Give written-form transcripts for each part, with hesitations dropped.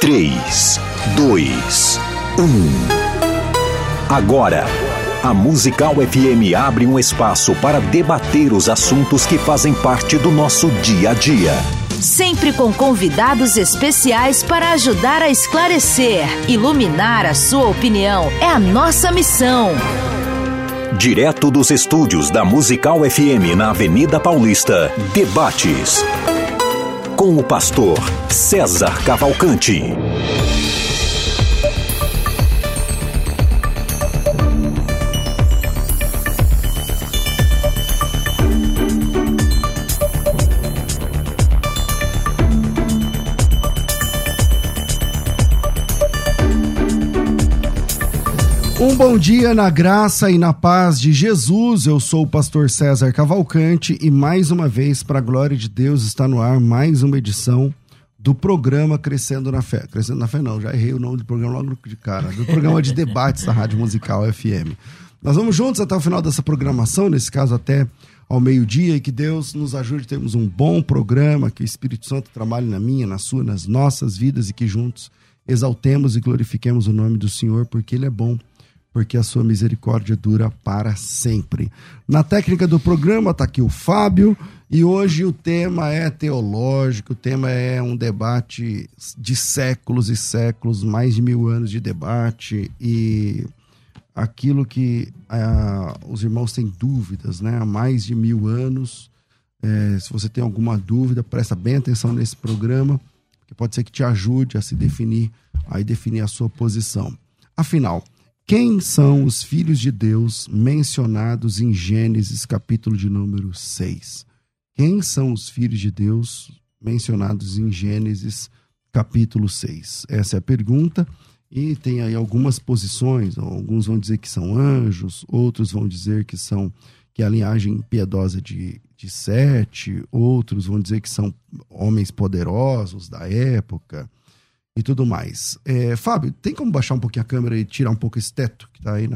3, 2, 1. Agora, a Musical FM abre um espaço para debater os assuntos que fazem parte do nosso dia a dia. Sempre com convidados especiais para ajudar a esclarecer, iluminar a sua opinião. É a nossa missão. Direto dos estúdios da Musical FM na Avenida Paulista, debates com o pastor César Cavalcante. Um bom dia na graça e na paz de Jesus. Eu sou o pastor César Cavalcante e mais uma vez, para a glória de Deus, está no ar mais uma edição do programa Crescendo na Fé. Crescendo na Fé não, já errei o nome do programa logo de cara, do programa de debates da Rádio Musical FM. Nós vamos juntos até o final dessa programação, nesse caso até ao meio-dia, e que Deus nos ajude a termos um bom programa, que o Espírito Santo trabalhe na minha, na sua, nas nossas vidas e que juntos exaltemos e glorifiquemos o nome do Senhor, porque Ele é bom, porque a sua misericórdia dura para sempre. Na técnica do programa está aqui o Fábio, e hoje o tema é teológico, o tema é um debate de séculos e séculos, mais de 1000 anos de debate, e aquilo que os irmãos têm dúvidas, né? Há mais de 1000 anos, se você tem alguma dúvida, presta bem atenção nesse programa, que pode ser que te ajude a se definir, a definir a sua posição. Afinal, quem são os filhos de Deus mencionados em Gênesis, capítulo de número 6? Quem são os filhos de Deus mencionados em Gênesis, capítulo 6? Essa é a pergunta, e tem aí algumas posições. Alguns vão dizer que são anjos, outros vão dizer que é a linhagem piedosa de Sete, outros vão dizer que são homens poderosos da época e tudo mais. Fábio, tem como baixar um pouquinho a câmera e tirar um pouco esse teto que está aí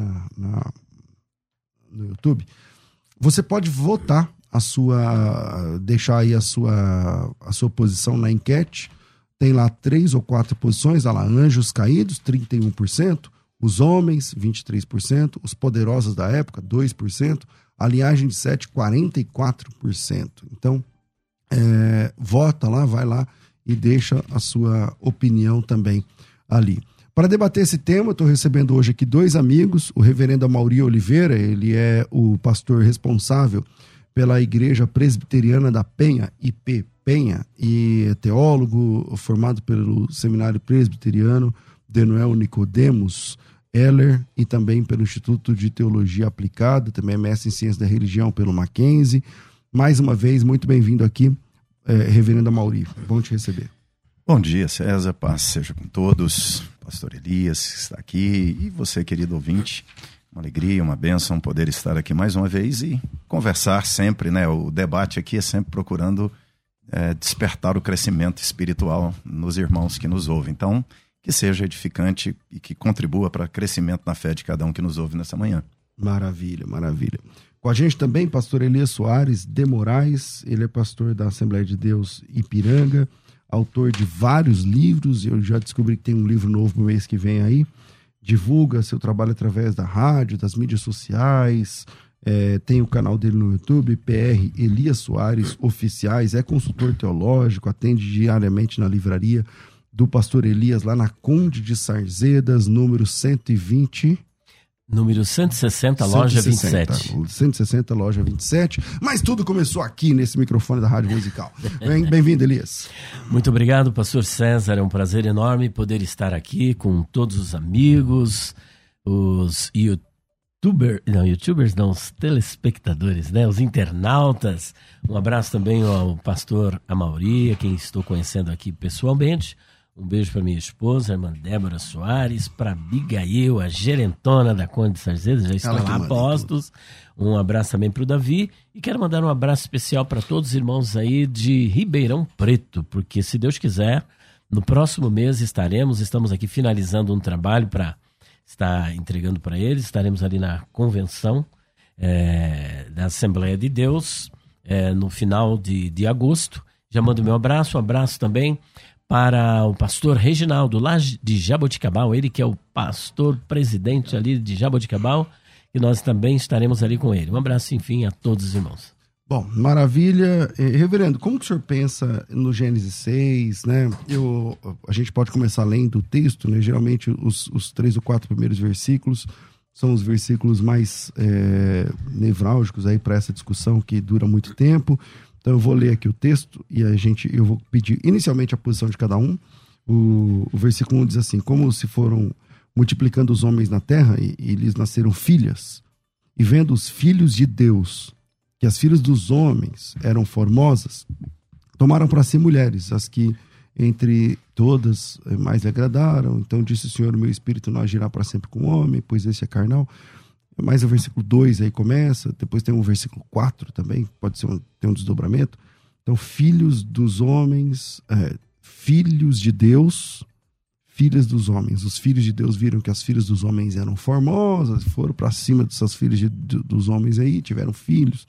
no YouTube? Você pode votar deixar aí a sua posição na enquete. Tem lá 3 ou 4 posições, olha lá, anjos caídos, 31%, os homens, 23%, os poderosos da época, 2%, a linhagem de Sete, 44%. Então, vota lá, vai lá e deixa a sua opinião também ali. Para debater esse tema, eu estou recebendo hoje aqui 2 amigos, o reverendo Amaury Oliveira, ele é o pastor responsável pela Igreja Presbiteriana da Penha, IP Penha, e é teólogo formado pelo Seminário Presbiteriano de Noel Nicodemos Heller e também pelo Instituto de Teologia Aplicada, também é mestre em Ciências da Religião pelo Mackenzie. Mais uma vez, muito bem-vindo aqui, reverendo Amaury, bom te receber. Bom dia, César, paz seja com todos, pastor Elias que está aqui, e você, querido ouvinte, uma alegria, uma bênção poder estar aqui mais uma vez e conversar sempre, né? O debate aqui é sempre procurando despertar o crescimento espiritual nos irmãos que nos ouvem, então que seja edificante e que contribua para o crescimento na fé de cada um que nos ouve nessa manhã. Maravilha, maravilha. Com a gente também, pastor Elias Soares de Moraes, ele é pastor da Assembleia de Deus Ipiranga, autor de vários livros, eu já descobri que tem um livro novo no mês que vem aí, divulga seu trabalho através da rádio, das mídias sociais, tem o canal dele no YouTube, PR Elias Soares Oficiais, é consultor teológico, atende diariamente na livraria do pastor Elias, lá na Conde de Sarzedas, número 120... Número 160, loja 27. 160, loja 27. Mas tudo começou aqui nesse microfone da Rádio Musical. Bem-vindo, Elias. Muito obrigado, pastor César. É um prazer enorme poder estar aqui com todos os amigos, os os telespectadores, né? Os internautas. Um abraço também ao pastor Amaury, a quem estou conhecendo aqui pessoalmente. Um beijo para minha esposa, a irmã Débora Soares, para Abigail, a gerentona da Conde de Sarzedas, já estão lá postos. Um abraço também para o Davi. E quero mandar um abraço especial para todos os irmãos aí de Ribeirão Preto, porque se Deus quiser, no próximo mês estamos aqui finalizando um trabalho para estar entregando para eles. Estaremos ali na convenção da Assembleia de Deus, no final de agosto. Já mando meu abraço, um abraço também para o pastor Reginaldo, lá de Jaboticabal, ele que é o pastor presidente ali de Jaboticabal, e nós também estaremos ali com ele. Um abraço, enfim, a todos os irmãos. Bom, maravilha. Reverendo, como que o senhor pensa no Gênesis 6, né? A gente pode começar lendo o texto, né? Geralmente os 3 ou 4 primeiros versículos são os versículos mais nevrálgicos aí para essa discussão que dura muito tempo. Então eu vou ler aqui o texto e eu vou pedir inicialmente a posição de cada um. O versículo 1 diz assim: como se foram multiplicando os homens na terra e lhes nasceram filhas, e vendo os filhos de Deus que as filhas dos homens eram formosas, tomaram para si mulheres, as que entre todas mais lhe agradaram. Então disse o Senhor: o meu espírito não agirá para sempre com o homem, pois esse é carnal. Mas o versículo 2 aí começa, depois tem o versículo 4 também, pode ser tem um desdobramento. Então, filhos dos homens, filhos de Deus, filhas dos homens. Os filhos de Deus viram que as filhas dos homens eram formosas, foram para cima dessas filhas dos homens aí, tiveram filhos.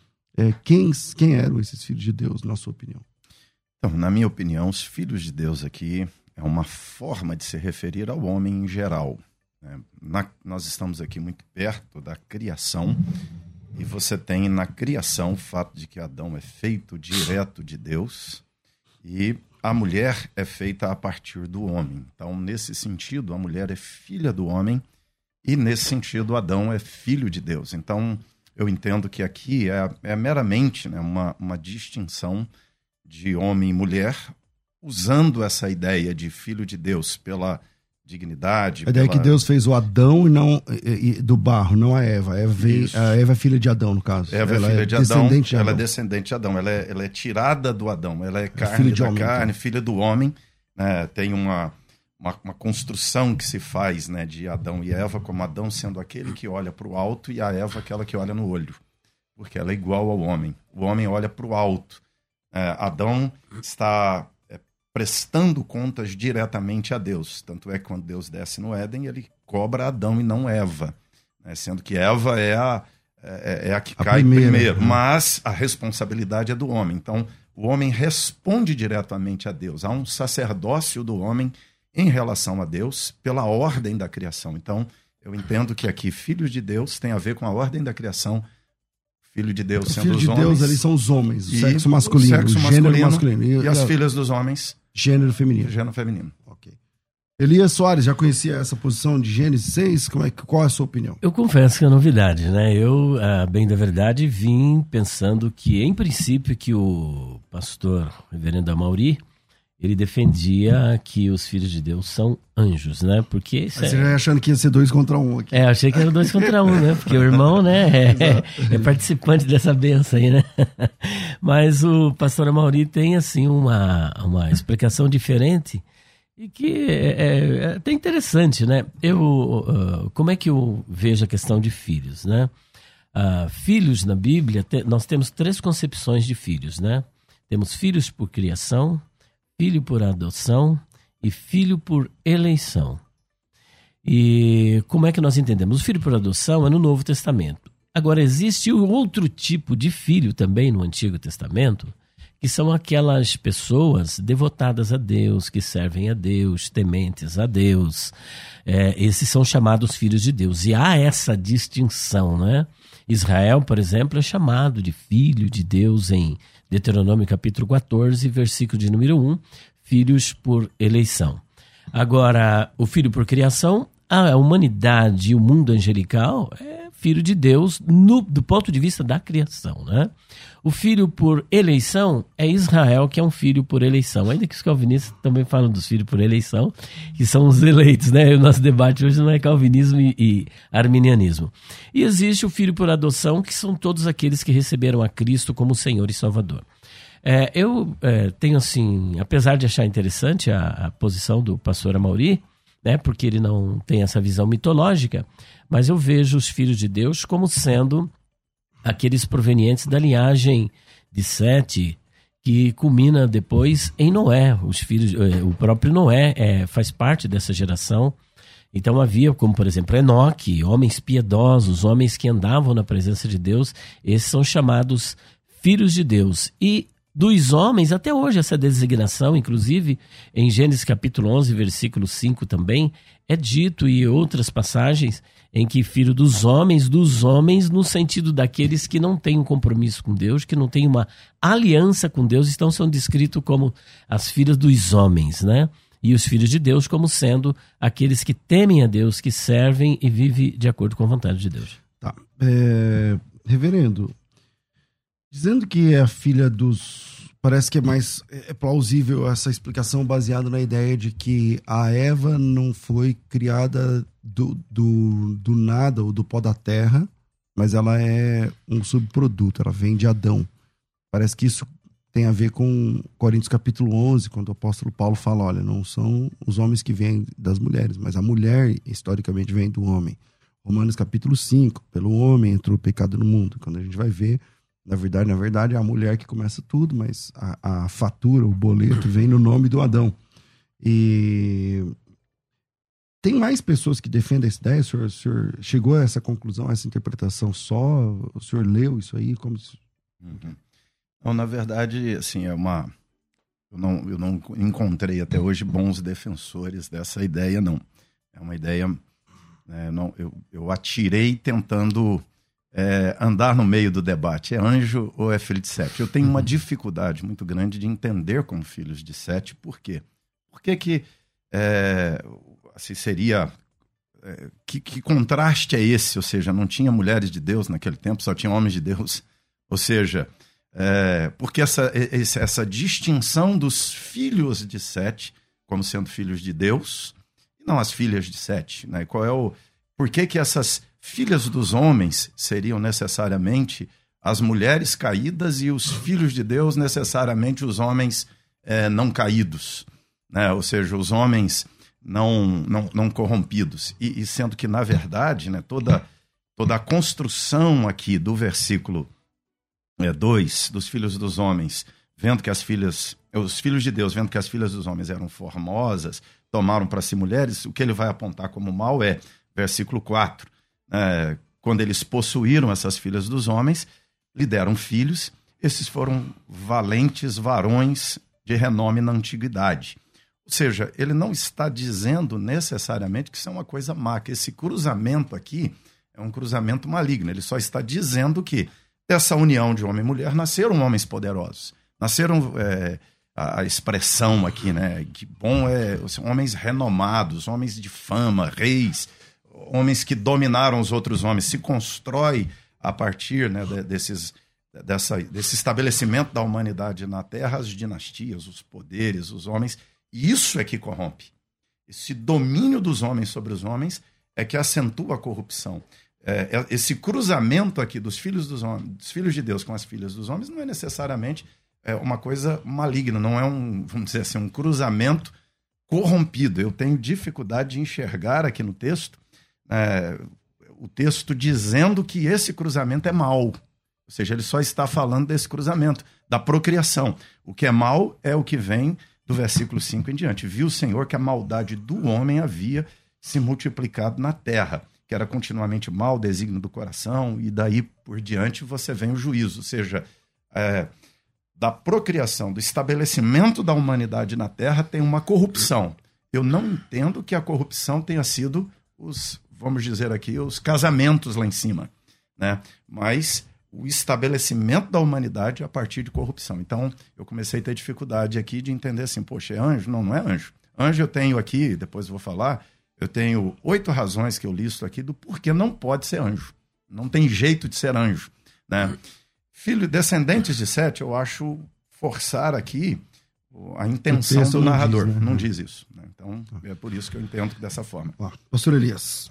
Quem eram esses filhos de Deus, na sua opinião? Então, na minha opinião, os filhos de Deus aqui é uma forma de se referir ao homem em geral. Nós estamos aqui muito perto da criação, e você tem na criação o fato de que Adão é feito direto de Deus e a mulher é feita a partir do homem. Então, nesse sentido, a mulher é filha do homem e, nesse sentido, Adão é filho de Deus. Então, eu entendo que aqui é meramente, né, uma distinção de homem e mulher, usando essa ideia de filho de Deus pela dignidade. A ideia é que Deus fez o Adão do barro, não a Eva. A Eva é filha de Adão, no caso. Ela é filha de Adão. Ela é descendente de Adão. Ela é tirada do Adão. Ela é carne da carne, filha do homem. Né? Tem uma construção que se faz, né, de Adão e Eva, como Adão sendo aquele que olha para o alto e a Eva aquela que olha no olho. Porque ela é igual ao homem. O homem olha para o alto. Adão está prestando contas diretamente a Deus. Tanto é que quando Deus desce no Éden, ele cobra Adão e não Eva. Né? Sendo que Eva é a que cai primeiro. Mas a responsabilidade é do homem. Então, o homem responde diretamente a Deus. Há um sacerdócio do homem em relação a Deus pela ordem da criação. Então, eu entendo que aqui, filhos de Deus tem a ver com a ordem da criação. Filho de Deus sendo os homens. Filho de Deus ali são os homens, o sexo masculino, o gênero masculino. E as filhas dos homens, gênero feminino. Gênero feminino. Ok. Elias Soares, já conhecia essa posição de Gênesis 6? Qual é a sua opinião? Eu confesso que é novidade, né? Eu, bem da verdade, vim pensando que, em princípio, que o pastor reverendo Amaury, ele defendia que os filhos de Deus são anjos, né? Porque você já achando que ia ser 2 contra 1 aqui. Achei que era 2 contra 1, né? Porque o irmão, né, é participante dessa benção aí, né? Mas o pastor Amaury tem, assim, uma explicação diferente e que é até interessante, né? Como é que eu vejo a questão de filhos, né? Filhos na Bíblia, nós temos 3 concepções de filhos, né? Temos filhos por criação, filho por adoção e filho por eleição. E como é que nós entendemos? O filho por adoção é no Novo Testamento. Agora, existe outro tipo de filho também no Antigo Testamento, que são aquelas pessoas devotadas a Deus, que servem a Deus, tementes a Deus. Esses são chamados filhos de Deus. E há essa distinção, né? Israel, por exemplo, é chamado de filho de Deus em Deuteronômio capítulo 14, versículo de número 1, filhos por eleição. Agora, o filho por criação, a humanidade e o mundo angelical é filho de Deus do ponto de vista da criação, né? O filho por eleição é Israel, que é um filho por eleição. Ainda que os calvinistas também falam dos filhos por eleição, que são os eleitos, né? O nosso debate hoje não é calvinismo e arminianismo. E existe o filho por adoção, que são todos aqueles que receberam a Cristo como Senhor e Salvador. Eu tenho, assim, apesar de achar interessante a posição do pastor Amaury, né? Porque ele não tem essa visão mitológica, mas eu vejo os filhos de Deus como sendo aqueles provenientes da linhagem de Sete, que culmina depois em Noé. Os filhos, o próprio Noé faz parte dessa geração. Então havia, como por exemplo, Enoque, homens piedosos, homens que andavam na presença de Deus. Esses são chamados filhos de Deus. E dos homens, até hoje essa designação, inclusive em Gênesis capítulo 11, versículo 5 também, é dito, e outras passagens em que filho dos homens no sentido daqueles que não têm um compromisso com Deus, que não têm uma aliança com Deus, então são descritos como as filhas dos homens, né? E os filhos de Deus como sendo aqueles que temem a Deus, que servem e vivem de acordo com a vontade de Deus. Tá. Reverendo, dizendo que é a filha dos... Parece que é mais plausível essa explicação baseada na ideia de que a Eva não foi criada do nada ou do pó da terra, mas ela é um subproduto, ela vem de Adão. Parece que isso tem a ver com Coríntios capítulo 11, quando o apóstolo Paulo fala, olha, não são os homens que vêm das mulheres, mas a mulher historicamente vem do homem. Romanos capítulo 5, pelo homem entrou o pecado no mundo. Quando a gente vai ver, na verdade é a mulher que começa tudo, mas a fatura, o boleto vem no nome do Adão. E tem mais pessoas que defendem essa ideia? O senhor chegou a essa conclusão, a essa interpretação só? O senhor leu isso aí? Como... Então, na verdade, assim, eu não encontrei até hoje bons defensores dessa ideia, não. É uma ideia... eu atirei tentando andar no meio do debate. É anjo ou é filho de Sete? Eu tenho uma dificuldade muito grande de entender como filhos de Sete. Por quê? Por que assim, seria... Que contraste é esse? Ou seja, não tinha mulheres de Deus naquele tempo, só tinha homens de Deus. Ou seja, porque essa distinção dos filhos de Sete como sendo filhos de Deus... não as filhas de Sete, né? Por que essas filhas dos homens seriam necessariamente as mulheres caídas e os filhos de Deus necessariamente os homens não caídos, né? Ou seja, os homens não corrompidos. E sendo que, na verdade, né, toda a construção aqui do versículo 2, dos filhos dos homens, vendo que os filhos de Deus, vendo que as filhas dos homens eram formosas, tomaram para si mulheres, o que ele vai apontar como mal é, versículo 4, quando eles possuíram essas filhas dos homens, lhe deram filhos, esses foram valentes varões de renome na antiguidade. Ou seja, ele não está dizendo necessariamente que isso é uma coisa má, que esse cruzamento aqui é um cruzamento maligno, ele só está dizendo que dessa união de homem e mulher nasceram homens poderosos, nasceram... a expressão aqui, né? Que bom homens renomados, homens de fama, reis, homens que dominaram os outros homens. Se constrói a partir, né, desse estabelecimento da humanidade na Terra, as dinastias, os poderes, os homens. E isso é que corrompe. Esse domínio dos homens sobre os homens é que acentua a corrupção. Esse cruzamento aqui dos filhos de Deus com as filhas dos homens não é necessariamente uma coisa maligna, não é vamos dizer assim, um cruzamento corrompido. Eu tenho dificuldade de enxergar aqui no texto o texto dizendo que esse cruzamento é mau. Ou seja, ele só está falando desse cruzamento, da procriação. O que é mau é o que vem do versículo 5 em diante. Viu o Senhor que a maldade do homem havia se multiplicado na terra, que era continuamente mau, desígnio do coração, e daí por diante você vem o juízo. Ou seja, da procriação, do estabelecimento da humanidade na Terra, tem uma corrupção. Eu não entendo que a corrupção tenha sido vamos dizer aqui, os casamentos lá em cima, né? Mas o estabelecimento da humanidade a partir de corrupção. Então, eu comecei a ter dificuldade aqui de entender assim, poxa, é anjo? Não é anjo. Anjo eu tenho aqui, depois eu vou falar, eu tenho 8 razões que eu listo aqui do porquê não pode ser anjo. Não tem jeito de ser anjo, né? Descendentes de Sete, eu acho forçar aqui a intenção do narrador. Não diz isso. Né? Então, é por isso que eu entendo dessa forma. Pastor Elias.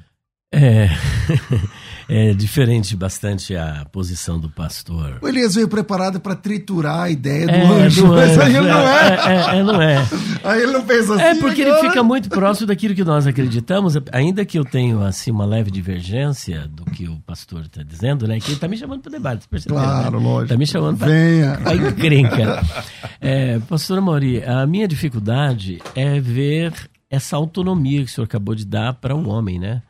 É diferente bastante a posição do pastor. O Elias veio preparado para triturar a ideia do anjo, mas aí ele não é. Não é. Aí ele não pensa assim. Porque ele fica muito próximo daquilo que nós acreditamos, ainda que eu tenho assim, uma leve divergência do que o pastor está dizendo, né? Que ele está me chamando para o debate, percebeu? Claro, né? lógico. Está me chamando para encrenca. Pastor Amaury, a minha dificuldade é ver essa autonomia que o senhor acabou de dar para um homem, né?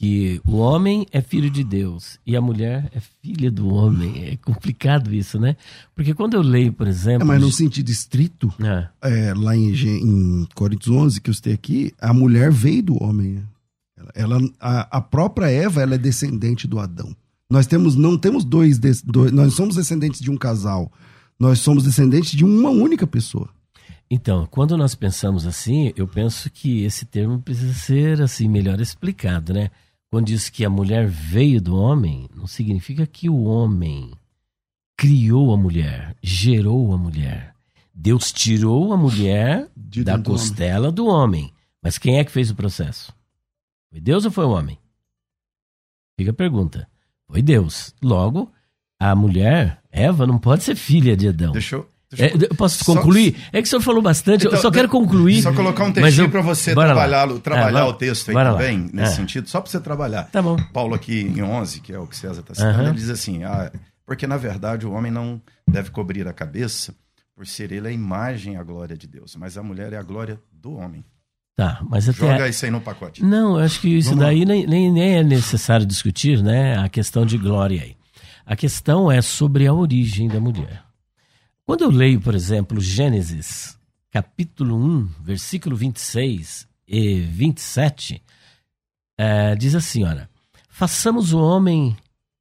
que o homem é filho de Deus e a mulher é filha do homem. É complicado isso, né? Porque quando eu leio, por exemplo... Mas no sentido estrito, lá em Coríntios 11, que eu citei aqui, a mulher veio do homem. A própria Eva, ela é descendente do Adão. Nós não temos dois, nós somos descendentes de um casal. Nós somos descendentes de uma única pessoa. Então, quando nós pensamos assim, eu penso que esse termo precisa ser assim melhor explicado, né? Quando diz que a mulher veio do homem, não significa que o homem criou a mulher, gerou a mulher. Deus tirou a mulher da costela do homem. Mas quem é que fez o processo? Foi Deus ou foi o homem? Fica a pergunta. Foi Deus. Logo, a mulher, Eva, não pode ser filha de Adão. Eu posso concluir? É que o senhor falou bastante, então, eu só quero concluir. Só colocar um textinho para você trabalhar o texto aí também, nesse sentido, só para você trabalhar. Tá bom. Paulo aqui em 11, que é o que César está citando, ele diz assim, porque na verdade o homem não deve cobrir a cabeça por ser ele a imagem e a glória de Deus, mas a mulher é a glória do homem. Tá, mas joga isso aí no pacote. Não, eu acho que isso daí nem é necessário discutir, né? A questão de glória aí. A questão é sobre a origem da mulher. Quando eu leio, por exemplo, Gênesis, capítulo 1, versículo 26 e 27, diz assim, olha, façamos o homem...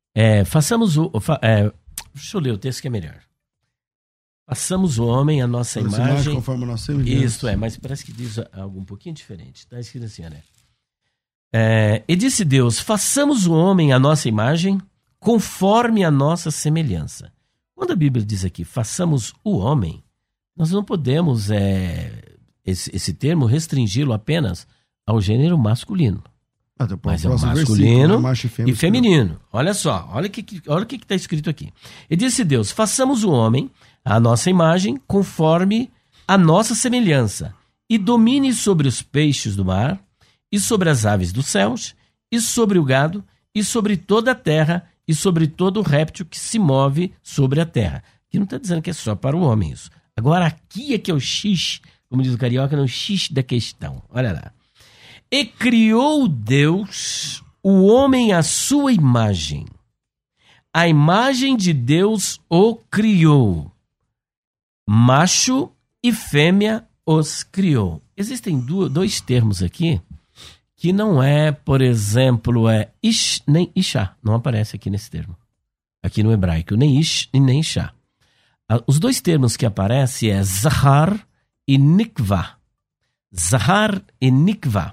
deixa eu ler o texto que é melhor. Façamos o homem a nossa imagem... Conforme a nossa semelhança. Isso mas parece que diz algo um pouquinho diferente. Está escrito assim, olha. E disse Deus, façamos o homem a nossa imagem, conforme a nossa semelhança. Quando a Bíblia diz aqui, façamos o homem, nós não podemos esse termo restringi-lo apenas ao gênero masculino. Mas é o masculino e feminino. Olha só, olha o que está escrito aqui. E disse Deus, façamos o homem à nossa imagem, conforme a nossa semelhança, e domine sobre os peixes do mar, e sobre as aves dos céus, e sobre o gado, e sobre toda a terra, e sobre todo o réptil que se move sobre a terra. Aqui não está dizendo que é só para o homem isso. Agora aqui é que é o X, como diz o carioca, no X da questão. Olha lá. E criou Deus o homem à sua imagem. A imagem de Deus o criou. Macho e fêmea os criou. Existem dois termos aqui que não é, por exemplo, ish nem ishá. Não aparece aqui nesse termo. Aqui no hebraico, nem ish e nem ishá. Os dois termos que aparecem é zahar e nikvah. Zahar e nikvah.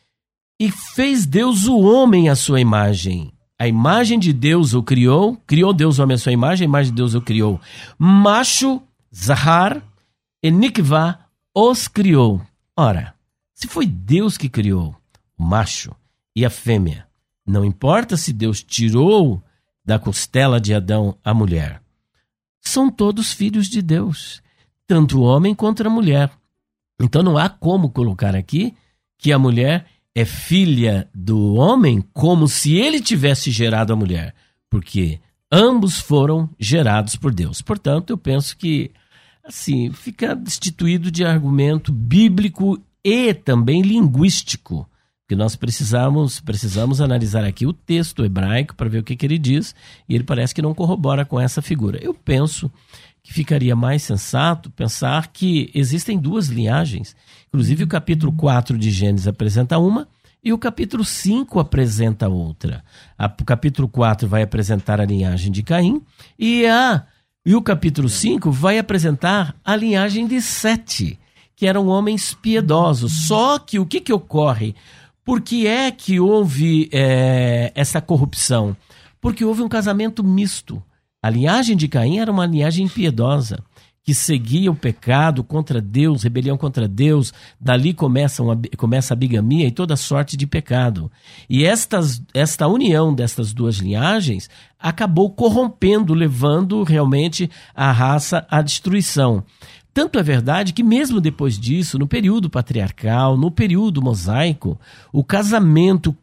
E fez Deus o homem à sua imagem. A imagem de Deus o criou. Criou Deus o homem à sua imagem. A imagem de Deus o criou. Macho, zahar e nikvah os criou. Ora, se foi Deus que criou o macho e a fêmea, não importa se Deus tirou da costela de Adão a mulher. São todos filhos de Deus, tanto o homem quanto a mulher. Então não há como colocar aqui que a mulher é filha do homem como se ele tivesse gerado a mulher, porque ambos foram gerados por Deus. Portanto, eu penso que assim fica destituído de argumento bíblico e também linguístico, que nós precisamos analisar aqui o texto hebraico para ver o que ele diz, e ele parece que não corrobora com essa figura. Eu penso que ficaria mais sensato pensar que existem duas linhagens. Inclusive o capítulo 4 de Gênesis apresenta uma e o capítulo 5 apresenta outra. O capítulo 4 vai apresentar a linhagem de Caim e o capítulo 5 vai apresentar a linhagem de Sete, que eram homens piedosos. Só que o que ocorre? Por que é que houve essa corrupção? Porque houve um casamento misto. A linhagem de Caim era uma linhagem impiedosa, que seguia o pecado contra Deus, rebelião contra Deus. Dali começa a bigamia e toda sorte de pecado. E esta união destas duas linhagens acabou corrompendo, levando realmente a raça à destruição. Tanto é verdade que mesmo depois disso, no período patriarcal, no período mosaico, o casamento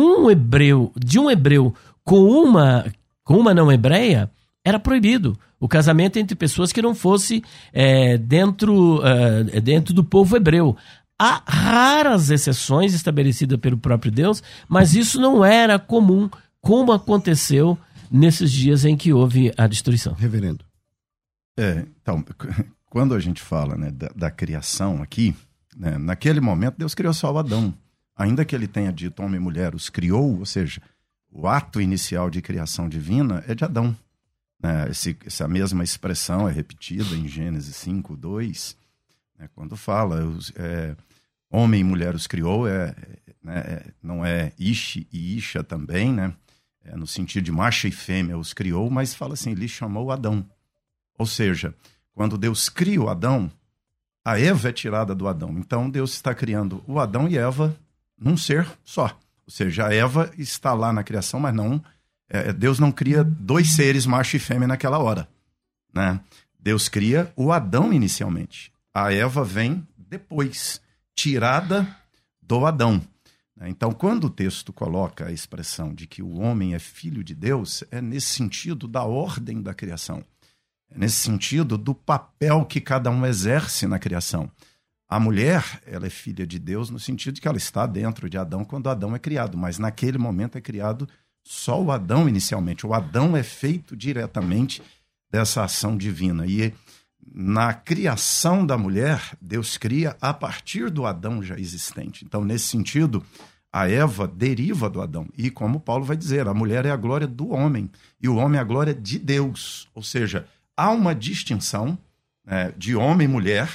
de um hebreu com uma não hebreia era proibido. O casamento entre pessoas que não fosse dentro do povo hebreu. Há raras exceções estabelecidas pelo próprio Deus, mas isso não era comum, como aconteceu nesses dias em que houve a destruição. Reverendo. Então, quando a gente fala, né, da criação aqui, né, naquele momento Deus criou só o Adão. Ainda que ele tenha dito homem e mulher os criou, ou seja, o ato inicial de criação divina é de Adão. Essa mesma expressão é repetida em Gênesis 5:2, né, quando fala homem e mulher os criou, não é Ishi e Isha também, né? No sentido de macho e fêmea os criou, mas fala assim, ele chamou Adão. Ou seja, quando Deus cria o Adão, a Eva é tirada do Adão. Então Deus está criando o Adão e Eva num ser só. Ou seja, a Eva está lá na criação, mas não... Deus não cria dois seres, macho e fêmea, naquela hora, né? Deus cria o Adão inicialmente. A Eva vem depois, tirada do Adão. Então, quando o texto coloca a expressão de que o homem é filho de Deus, é nesse sentido da ordem da criação. É nesse sentido do papel que cada um exerce na criação. A mulher, ela é filha de Deus no sentido de que ela está dentro de Adão quando Adão é criado, mas naquele momento é criado só o Adão inicialmente. O Adão é feito diretamente dessa ação divina. E na criação da mulher, Deus cria a partir do Adão já existente. Então, nesse sentido, a Eva deriva do Adão. E como Paulo vai dizer, a mulher é a glória do homem e o homem é a glória de Deus. Ou seja, há uma distinção, né, de homem e mulher.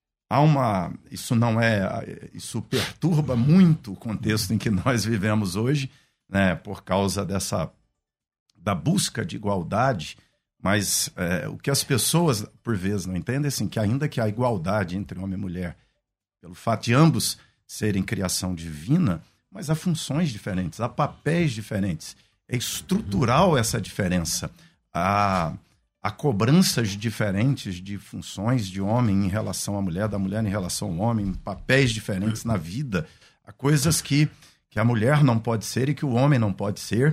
Isso perturba muito o contexto em que nós vivemos hoje, né, por causa da busca de igualdade, mas o que as pessoas, por vezes, não entendem é assim, que ainda que há igualdade entre homem e mulher, pelo fato de ambos serem criação divina, mas há funções diferentes, há papéis diferentes. É estrutural essa diferença. Há cobranças diferentes de funções de homem em relação à mulher, da mulher em relação ao homem, papéis diferentes na vida. Há coisas que a mulher não pode ser e que o homem não pode ser.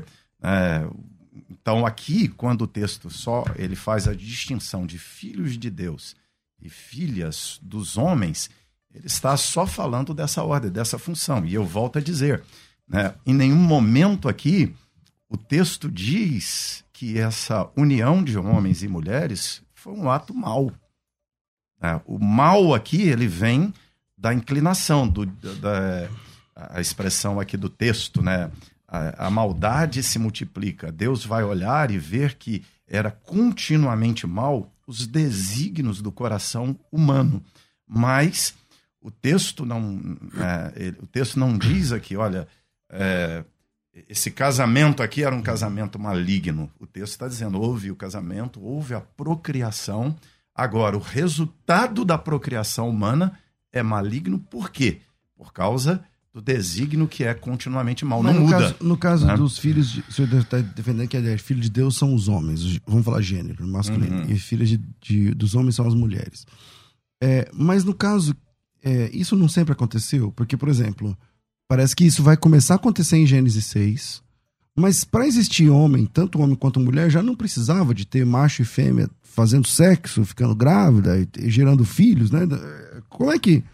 Então, aqui, quando o texto ele faz a distinção de filhos de Deus e filhas dos homens, ele está só falando dessa ordem, dessa função. E eu volto a dizer, né, em nenhum momento aqui o texto diz que essa união de homens e mulheres foi um ato mau. O mal aqui, ele vem da inclinação, a expressão aqui do texto, né? A maldade se multiplica. Deus vai olhar e ver que era continuamente mal os desígnios do coração humano. Mas o texto não diz aqui, olha, esse casamento aqui era um casamento maligno. O texto está dizendo, houve o casamento, houve a procriação. Agora, o resultado da procriação humana é maligno. Por quê? Por causa do desígnio que é continuamente mal. Não muda. No caso dos filhos, o senhor está defendendo que filho de Deus são os homens, vamos falar gênero, masculino, e filhos dos homens são as mulheres. Mas no caso, isso não sempre aconteceu, porque, por exemplo, parece que isso vai começar a acontecer em Gênesis 6, mas para existir homem, tanto homem quanto mulher, já não precisava de ter macho e fêmea fazendo sexo, ficando grávida e gerando filhos, né? Como é que...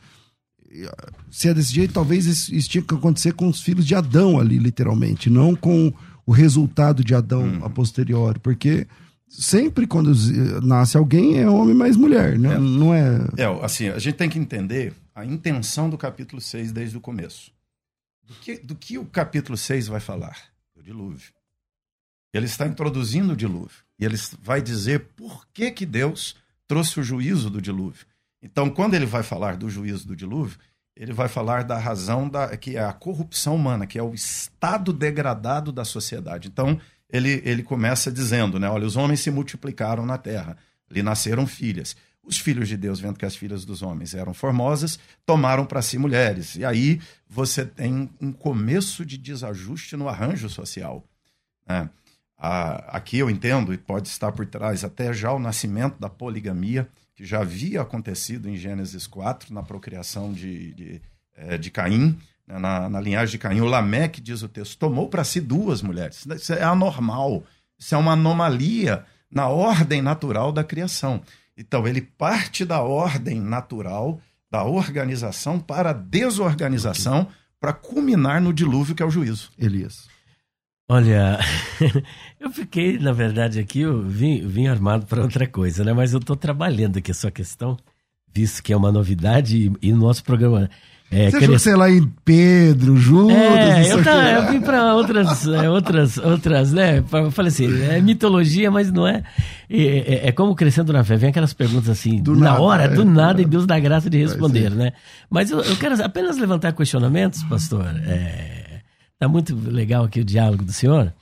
Se é desse jeito, talvez isso tinha que acontecer com os filhos de Adão ali, literalmente, não com o resultado de Adão a posteriori, porque sempre quando nasce alguém é homem mais mulher, né? Não é... Assim, a gente tem que entender a intenção do capítulo 6 desde o começo. Do que o capítulo 6 vai falar? Do dilúvio. Ele está introduzindo o dilúvio. E ele vai dizer por que Deus trouxe o juízo do dilúvio. Então, quando ele vai falar do juízo do dilúvio, ele vai falar da razão que é a corrupção humana, que é o estado degradado da sociedade. Então, ele começa dizendo, né, olha, os homens se multiplicaram na terra, lhe nasceram filhas. Os filhos de Deus, vendo que as filhas dos homens eram formosas, tomaram para si mulheres. E aí você tem um começo de desajuste no arranjo social, né? Aqui eu entendo, e pode estar por trás até já o nascimento da poligamia, que já havia acontecido em Gênesis 4, na procriação de Caim, né, na linhagem de Caim. O Lameque, diz o texto, tomou para si 2 mulheres. Isso é anormal, isso é uma anomalia na ordem natural da criação. Então, ele parte da ordem natural da organização para a desorganização, para culminar no dilúvio que é o juízo. Elias. Olha, eu fiquei, na verdade, aqui, eu vim armado para outra coisa, né? Mas eu estou trabalhando aqui a sua questão, visto que é uma novidade e no nosso programa... Você achou que você ia lá em Pedro, Judas... eu vim para outras, né? Eu falei assim, é mitologia, mas não é... É como Crescendo na Fé, vem aquelas perguntas assim, do nada, e Deus dá graça de responder, né? Mas eu quero apenas levantar questionamentos, pastor. Tá muito legal aqui o diálogo do senhor.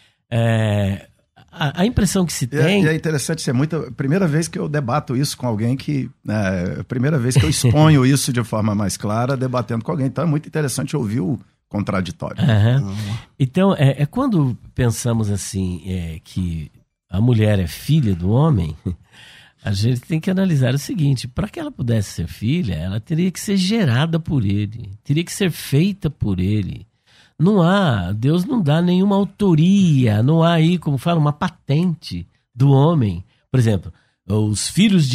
A impressão que se tem... É interessante ser primeira vez que eu debato isso com alguém que... primeira vez que eu exponho isso de forma mais clara, debatendo com alguém. Então é muito interessante ouvir o contraditório. Então, quando pensamos assim, que a mulher é filha do homem, a gente tem que analisar o seguinte: para que ela pudesse ser filha, ela teria que ser gerada por ele, teria que ser feita por ele. Deus não dá nenhuma autoria, não há aí, como fala, uma patente do homem. Por exemplo, os filhos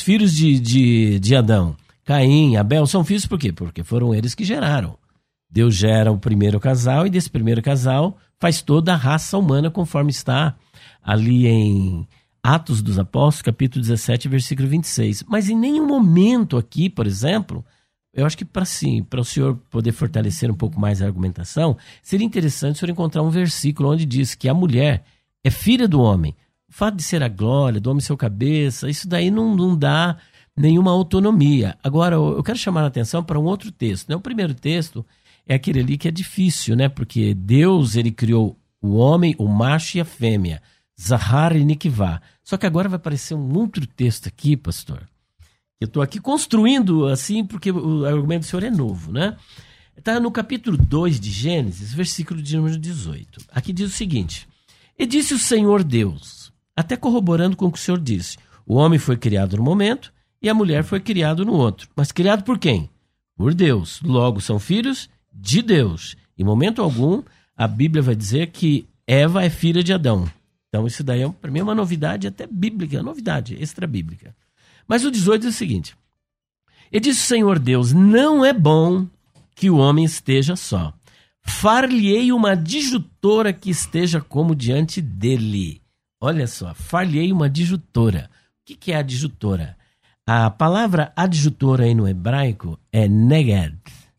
de Adão, Caim, Abel, são filhos por quê? Porque foram eles que geraram. Deus gera o primeiro casal e desse primeiro casal faz toda a raça humana, conforme está ali em Atos dos Apóstolos, capítulo 17, versículo 26. Mas em nenhum momento aqui, por exemplo... Eu acho que para o senhor poder fortalecer um pouco mais a argumentação, seria interessante o senhor encontrar um versículo onde diz que a mulher é filha do homem. O fato de ser a glória, do homem ser o cabeça, isso daí não dá nenhuma autonomia. Agora, eu quero chamar a atenção para um outro texto, né? O primeiro texto é aquele ali que é difícil, né? Porque Deus, ele criou o homem, o macho e a fêmea. Zahar e Nikvá. Só que agora vai aparecer um outro texto aqui, pastor. Eu estou aqui construindo assim, porque o argumento do senhor é novo, né? Está no capítulo 2 de Gênesis, versículo de número 18. Aqui diz o seguinte: E disse o Senhor Deus, até corroborando com o que o senhor disse, o homem foi criado no momento e a mulher foi criada no outro. Mas criado por quem? Por Deus. Logo, são filhos de Deus. Em momento algum, a Bíblia vai dizer que Eva é filha de Adão. Então, isso daí, para mim, é uma novidade até bíblica, novidade extra-bíblica. Mas o 18 diz o seguinte: E disse o Senhor Deus, não é bom que o homem esteja só. Far-lhe-ei uma adjutora que esteja como diante dele. Olha só, far-lhe-ei uma adjutora. O que é adjutora? A palavra adjutora aí no hebraico é neged.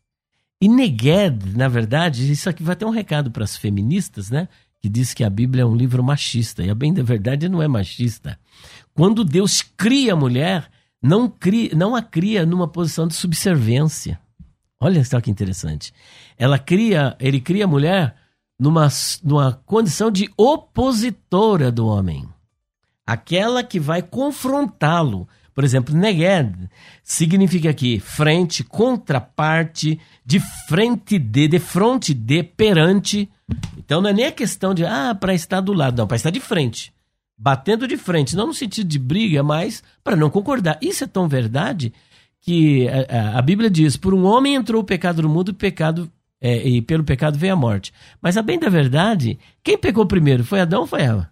E neged, na verdade, isso aqui vai ter um recado para as feministas, né? Que diz que a Bíblia é um livro machista. E a bem da verdade não é machista. Quando Deus cria a mulher, não a cria numa posição de subserviência. Olha só que interessante. Ele cria a mulher numa condição de opositora do homem. Aquela que vai confrontá-lo. Por exemplo, neged significa aqui frente, contraparte, de frente de, perante. Então não é nem a questão de, para estar do lado, não, para estar de frente. Batendo de frente, não no sentido de briga, mas para não concordar. Isso é tão verdade que a Bíblia diz, por um homem entrou o pecado no mundo e pelo pecado veio a morte. Mas a bem da verdade, quem pecou primeiro? Foi Adão ou foi Eva?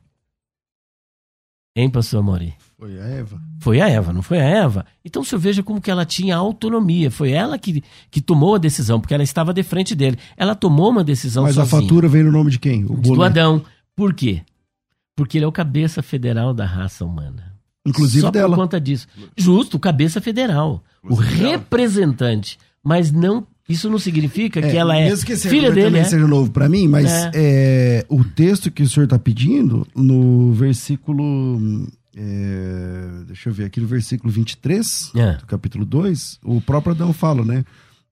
Hein, pastor Amaury? Foi a Eva. Foi a Eva, não foi a Eva? Então o senhor veja como que ela tinha autonomia. Foi ela que tomou a decisão, porque ela estava de frente dele. Ela tomou uma decisão sozinha. Mas a fatura veio no nome de quem? Do Adão. Por quê? Porque ele é o cabeça federal da raça humana. Inclusive só dela. Só por conta disso. Justo, o cabeça federal. O representante. Mas não, isso não significa que ela é filha dele. Também seja novo para mim, mas o texto que o senhor está pedindo, no versículo... deixa eu ver aqui, no versículo 23 do capítulo 2, o próprio Adão fala, né?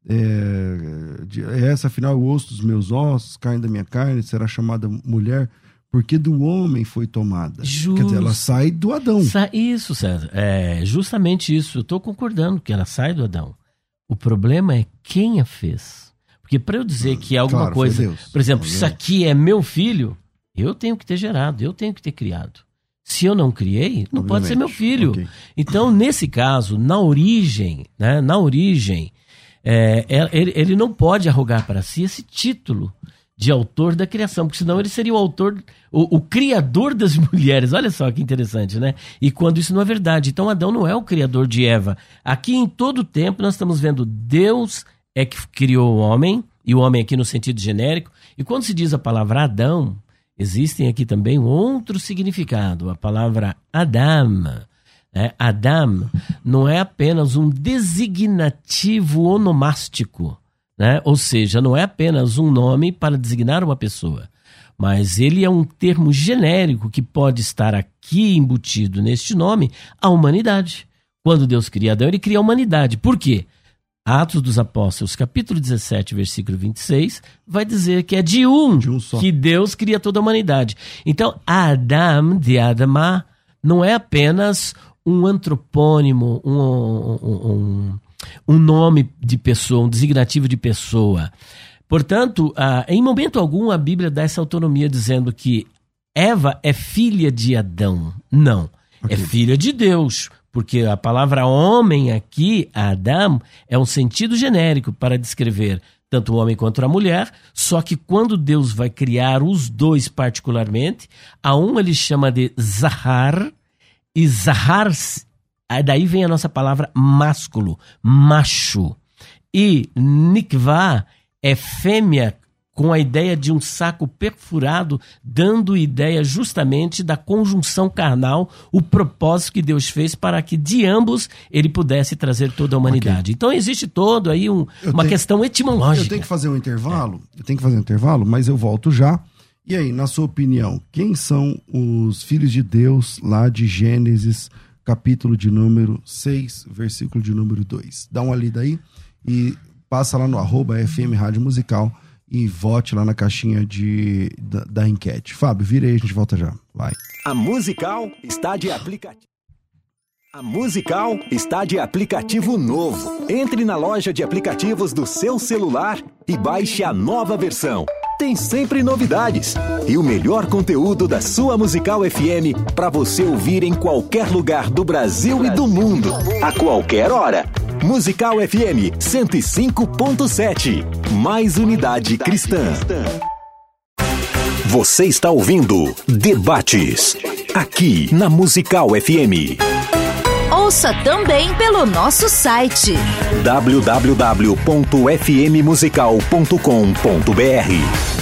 Essa afinal o osso dos meus ossos, carne da minha carne, será chamada mulher, porque do homem foi tomada. Justo. Quer dizer, ela sai do Adão. Isso, César. É justamente isso. Eu estou concordando que ela sai do Adão. O problema é quem a fez. Porque para eu dizer que alguma coisa... Deus. Por exemplo, isso aqui é meu filho, eu tenho que ter gerado, eu tenho que ter criado. Se eu não criei, não pode ser meu filho. Okay. Então, nesse caso, na origem, ele não pode arrogar para si esse título de autor da criação, porque senão ele seria o autor, o criador das mulheres. Olha só que interessante, né? E quando isso não é verdade. Então Adão não é o criador de Eva. Aqui em todo o tempo nós estamos vendo Deus é que criou o homem, e o homem aqui no sentido genérico. E quando se diz a palavra Adão, existem aqui também um outro significado. A palavra Adam. Adam não é apenas um designativo onomástico, né? Ou seja, não é apenas um nome para designar uma pessoa, mas ele é um termo genérico que pode estar aqui embutido neste nome, a humanidade. Quando Deus cria Adão, ele cria a humanidade. Por quê? Atos dos Apóstolos, capítulo 17, versículo 26, vai dizer que é de um só que Deus cria toda a humanidade. Então, Adam, de Adamá, não é apenas um antropônimo, um nome de pessoa, um designativo de pessoa. Portanto, em momento algum a Bíblia dá essa autonomia dizendo que Eva é filha de Adão. Não, é filha de Deus, porque a palavra homem aqui, Adam, é um sentido genérico para descrever tanto o homem quanto a mulher, só que quando Deus vai criar os dois particularmente, a um ele chama de Zahar, e Zahar, daí vem a nossa palavra másculo, macho. E Nikvá é fêmea com a ideia de um saco perfurado, dando ideia justamente da conjunção carnal, o propósito que Deus fez para que de ambos ele pudesse trazer toda a humanidade. Então existe todo aí uma questão etimológica. Eu tenho que fazer um intervalo, mas eu volto já. E aí, na sua opinião, quem são os filhos de Deus lá de Gênesis, capítulo de número 6, versículo de número 2? Dá uma lida aí e passa lá no @FM Rádio Musical e vote lá na caixinha da enquete. Fábio, vira aí, a gente volta já. Vai. A Musical está de aplicativo. A Musical está de aplicativo novo. Entre na loja de aplicativos do seu celular e baixe a nova versão. Tem sempre novidades e o melhor conteúdo da sua Musical FM para você ouvir em qualquer lugar do Brasil e do mundo, a qualquer hora. Musical FM 105.7, mais unidade cristã. Você está ouvindo Debates, aqui na Musical FM. Ouça também pelo nosso site www.fmmusical.com.br.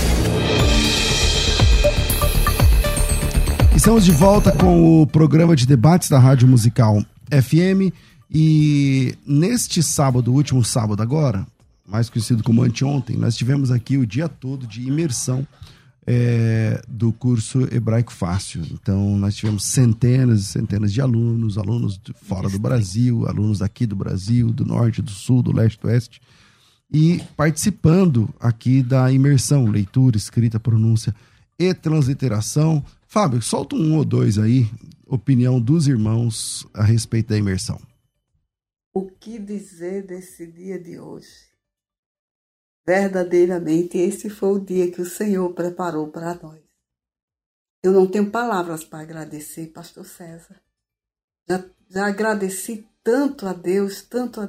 Estamos de volta com o programa de debates da Rádio Musical FM e neste sábado, último sábado agora, mais conhecido como anteontem, nós tivemos aqui o dia todo de imersão do curso Hebraico Fácil. Então nós tivemos centenas e centenas de alunos de fora do Brasil, alunos daqui do Brasil, do norte, do sul, do leste, do oeste, e participando aqui da imersão, leitura, escrita, pronúncia e transliteração. Fábio, solta um ou dois aí, opinião dos irmãos a respeito da imersão. O que dizer desse dia de hoje? Verdadeiramente, esse foi o dia que o Senhor preparou para nós. Eu não tenho palavras para agradecer, pastor César. Já agradeci tanto a Deus,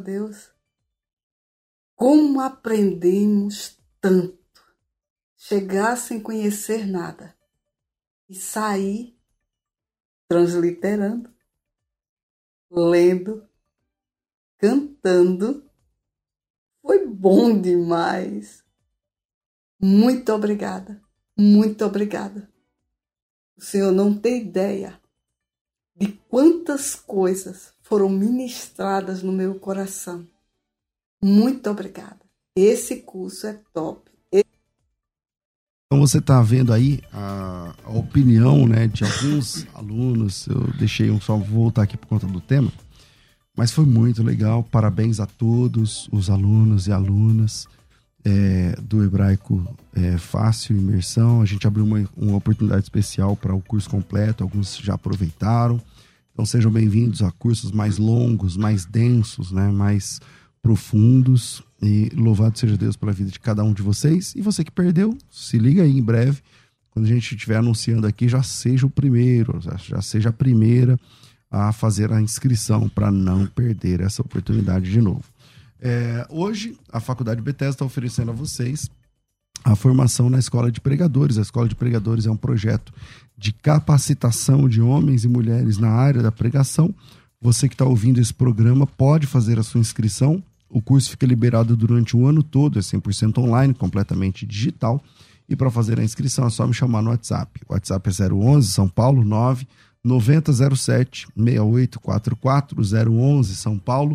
como aprendemos tanto. Chegar sem conhecer nada e sair transliterando, lendo, cantando. Foi bom demais. Muito obrigada. Muito obrigada. O Senhor não tem ideia de quantas coisas foram ministradas no meu coração. Muito obrigada. Esse curso é top. Então você está vendo aí a opinião, né, de alguns alunos. Eu deixei só voltar aqui por conta do tema. Mas foi muito legal, parabéns a todos os alunos e alunas do Hebraico Fácil, Imersão. A gente abriu uma oportunidade especial para o curso completo, alguns já aproveitaram. Então sejam bem-vindos a cursos mais longos, mais densos, né, mais profundos. E louvado seja Deus pela vida de cada um de vocês. E você que perdeu, se liga aí em breve, quando a gente estiver anunciando aqui, já seja o primeiro, já seja a primeira a fazer a inscrição para não perder essa oportunidade de novo. Hoje, a Faculdade Bethesda está oferecendo a vocês a formação na Escola de Pregadores. A Escola de Pregadores é um projeto de capacitação de homens e mulheres na área da pregação. Você que está ouvindo esse programa pode fazer a sua inscrição. O curso fica liberado durante o ano todo, é 100% online, completamente digital. E para fazer a inscrição é só me chamar no WhatsApp. O WhatsApp é 011 São Paulo 99007 6844, 011 São Paulo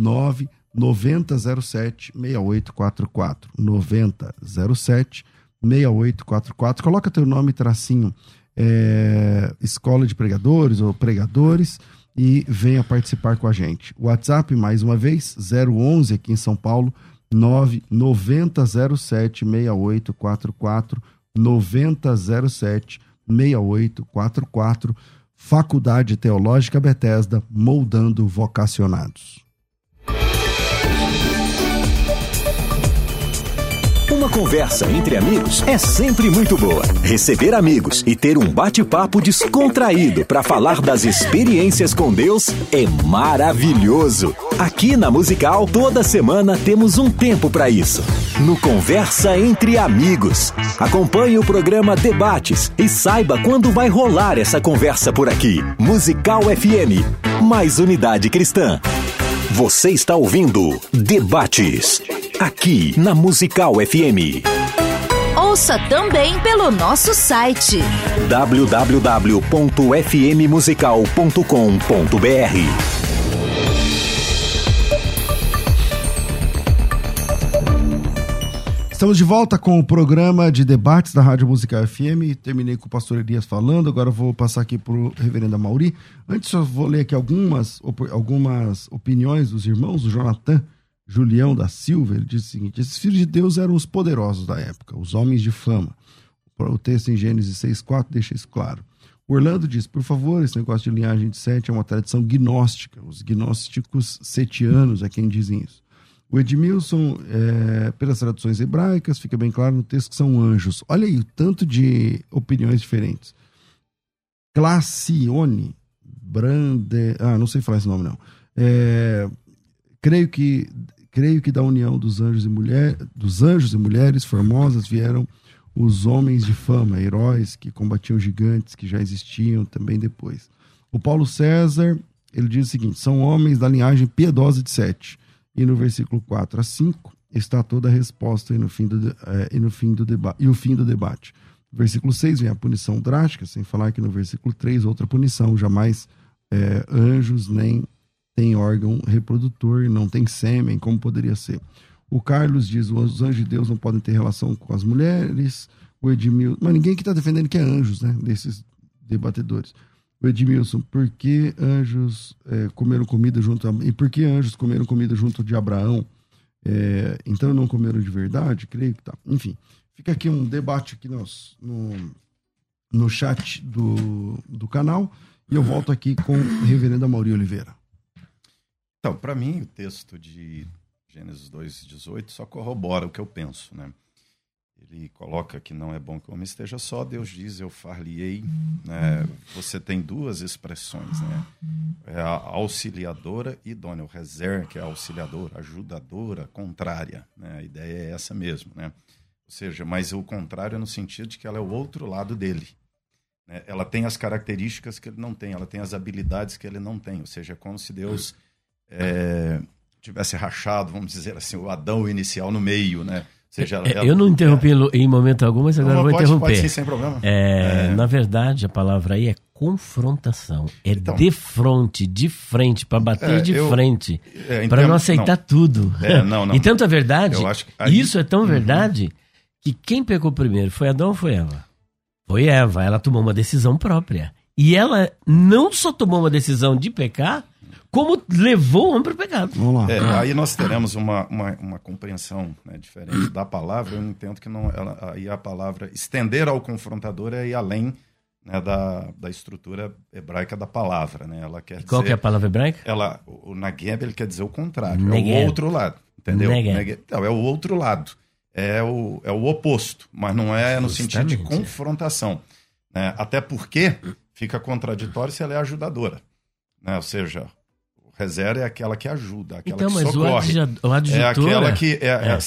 99007 6844, 9007 6844. Coloca teu nome, tracinho, Escola de Pregadores ou Pregadores, e venha participar com a gente. O WhatsApp, mais uma vez, 011 aqui em São Paulo, 99007 6844, 9007 6844. Faculdade Teológica Bethesda, moldando vocacionados. Uma conversa entre amigos é sempre muito boa. Receber amigos e ter um bate-papo descontraído para falar das experiências com Deus é maravilhoso. Aqui na Musical, toda semana temos um tempo para isso. No Conversa Entre Amigos. Acompanhe o programa Debates e saiba quando vai rolar essa conversa por aqui. Musical FM, mais unidade cristã. Você está ouvindo Debates, aqui na Musical FM. Ouça também pelo nosso site www.fmmusical.com.br. Estamos de volta com o programa de debates da Rádio Musical FM. Terminei com o pastor Elias falando, agora eu vou passar aqui para o reverendo Amaury. Antes eu vou ler aqui algumas opiniões dos irmãos. O Jonathan Julião da Silva, ele diz o seguinte: esses filhos de Deus eram os poderosos da época, os homens de fama. O texto em Gênesis 6,4 deixa isso claro. O Orlando diz: por favor, esse negócio de linhagem de Sete é uma tradição gnóstica. Os gnósticos setianos é quem dizem isso. O Edmilson, pelas traduções hebraicas, fica bem claro no texto que são anjos. Olha aí o tanto de opiniões diferentes. Classione Brande... não sei falar esse nome não. Creio que da união dos anjos e mulheres formosas vieram os homens de fama, heróis que combatiam gigantes que já existiam também depois. O Paulo César, ele diz o seguinte: são homens da linhagem piedosa de Sete. E no versículo 4 a 5 está toda a resposta e o fim do debate. No versículo 6 vem a punição drástica, sem falar que no versículo 3 outra punição: jamais anjos nem tem órgão reprodutor, não tem sêmen, como poderia ser. O Carlos diz: os anjos de Deus não podem ter relação com as mulheres. O Edmilson, mas ninguém que está defendendo que é anjos, né, desses debatedores. O Edmilson: por que anjos comeram comida junto e por que anjos comeram comida junto de Abraão? Então não comeram de verdade? Creio que tá. Enfim, fica aqui um debate aqui no chat do canal, e eu volto aqui com o reverendo Amaury Oliveira. Então, para mim, o texto de Gênesis 2:18 só corrobora o que eu penso, né? Ele coloca que não é bom que o homem esteja só. Deus diz: eu far-lhe-ei. Você tem duas expressões, né? A auxiliadora idônea, o rezer, que é a auxiliadora, ajudadora, contrária, né? A ideia é essa mesmo, né? Ou seja, mas o contrário é no sentido de que ela é o outro lado dele, né? Ela tem as características que ele não tem, ela tem as habilidades que ele não tem. Ou seja, é como se Deus tivesse rachado, vamos dizer assim, o Adão inicial no meio, né? Seja, eu não interrompi em momento algum, mas agora eu vou interromper. Pode sim, sem problema. Na verdade, a palavra aí é confrontação. Então, de frente, para bater frente. Para não aceitar tudo. Não. E tanto é verdade, isso é tão Uhum. verdade, que quem pecou primeiro, foi Adão ou foi Eva? Foi Eva, ela tomou uma decisão própria. E ela não só tomou uma decisão de pecar, como levou o homem para o pecado. Vamos lá. Aí nós teremos uma compreensão, né, diferente da palavra. Eu entendo que aí a palavra estender ao confrontador é ir além, né, da estrutura hebraica da palavra. Né? Ela quer Qual dizer, que é a palavra hebraica? O Negeb, ele quer dizer o contrário, Negeb. é o outro lado. Entendeu? Negeb. Então, é o outro lado. É o oposto, mas não é no sentido de confrontação. Né? Até porque fica contraditório se ela é ajudadora. Né? Ou seja, o reserva é aquela que ajuda, aquela que socorre. O adjutor... É aquela que, assim,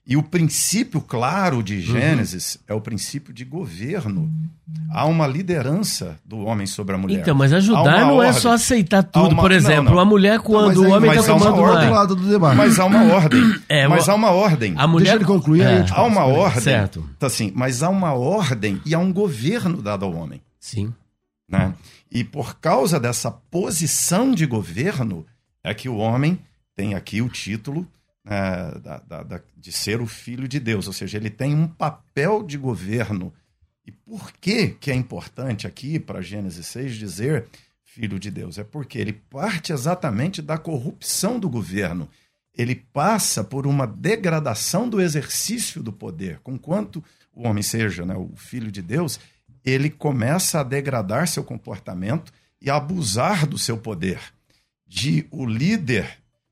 E o princípio claro de Gênesis é o princípio de governo. Há uma liderança do homem sobre a mulher. Então, mas ajudar não é só aceitar tudo. Por exemplo, a mulher, quando o homem está tomando Mas há uma ordem. Mas há uma ordem. A mulher... Deixa ele concluir. Há uma ordem. Certo. Então, assim, mas há uma ordem e há um governo dado ao homem. Sim. Né? E por causa dessa posição de governo é que o homem tem aqui o título de ser o filho de Deus, ou seja, ele tem um papel de governo. E por que é importante aqui para Gênesis 6 dizer filho de Deus? É porque ele parte exatamente da corrupção do governo. Ele passa por uma degradação do exercício do poder. Conquanto o homem seja, né, o filho de Deus, ele começa a degradar seu comportamento e a abusar do seu poder. De o líder,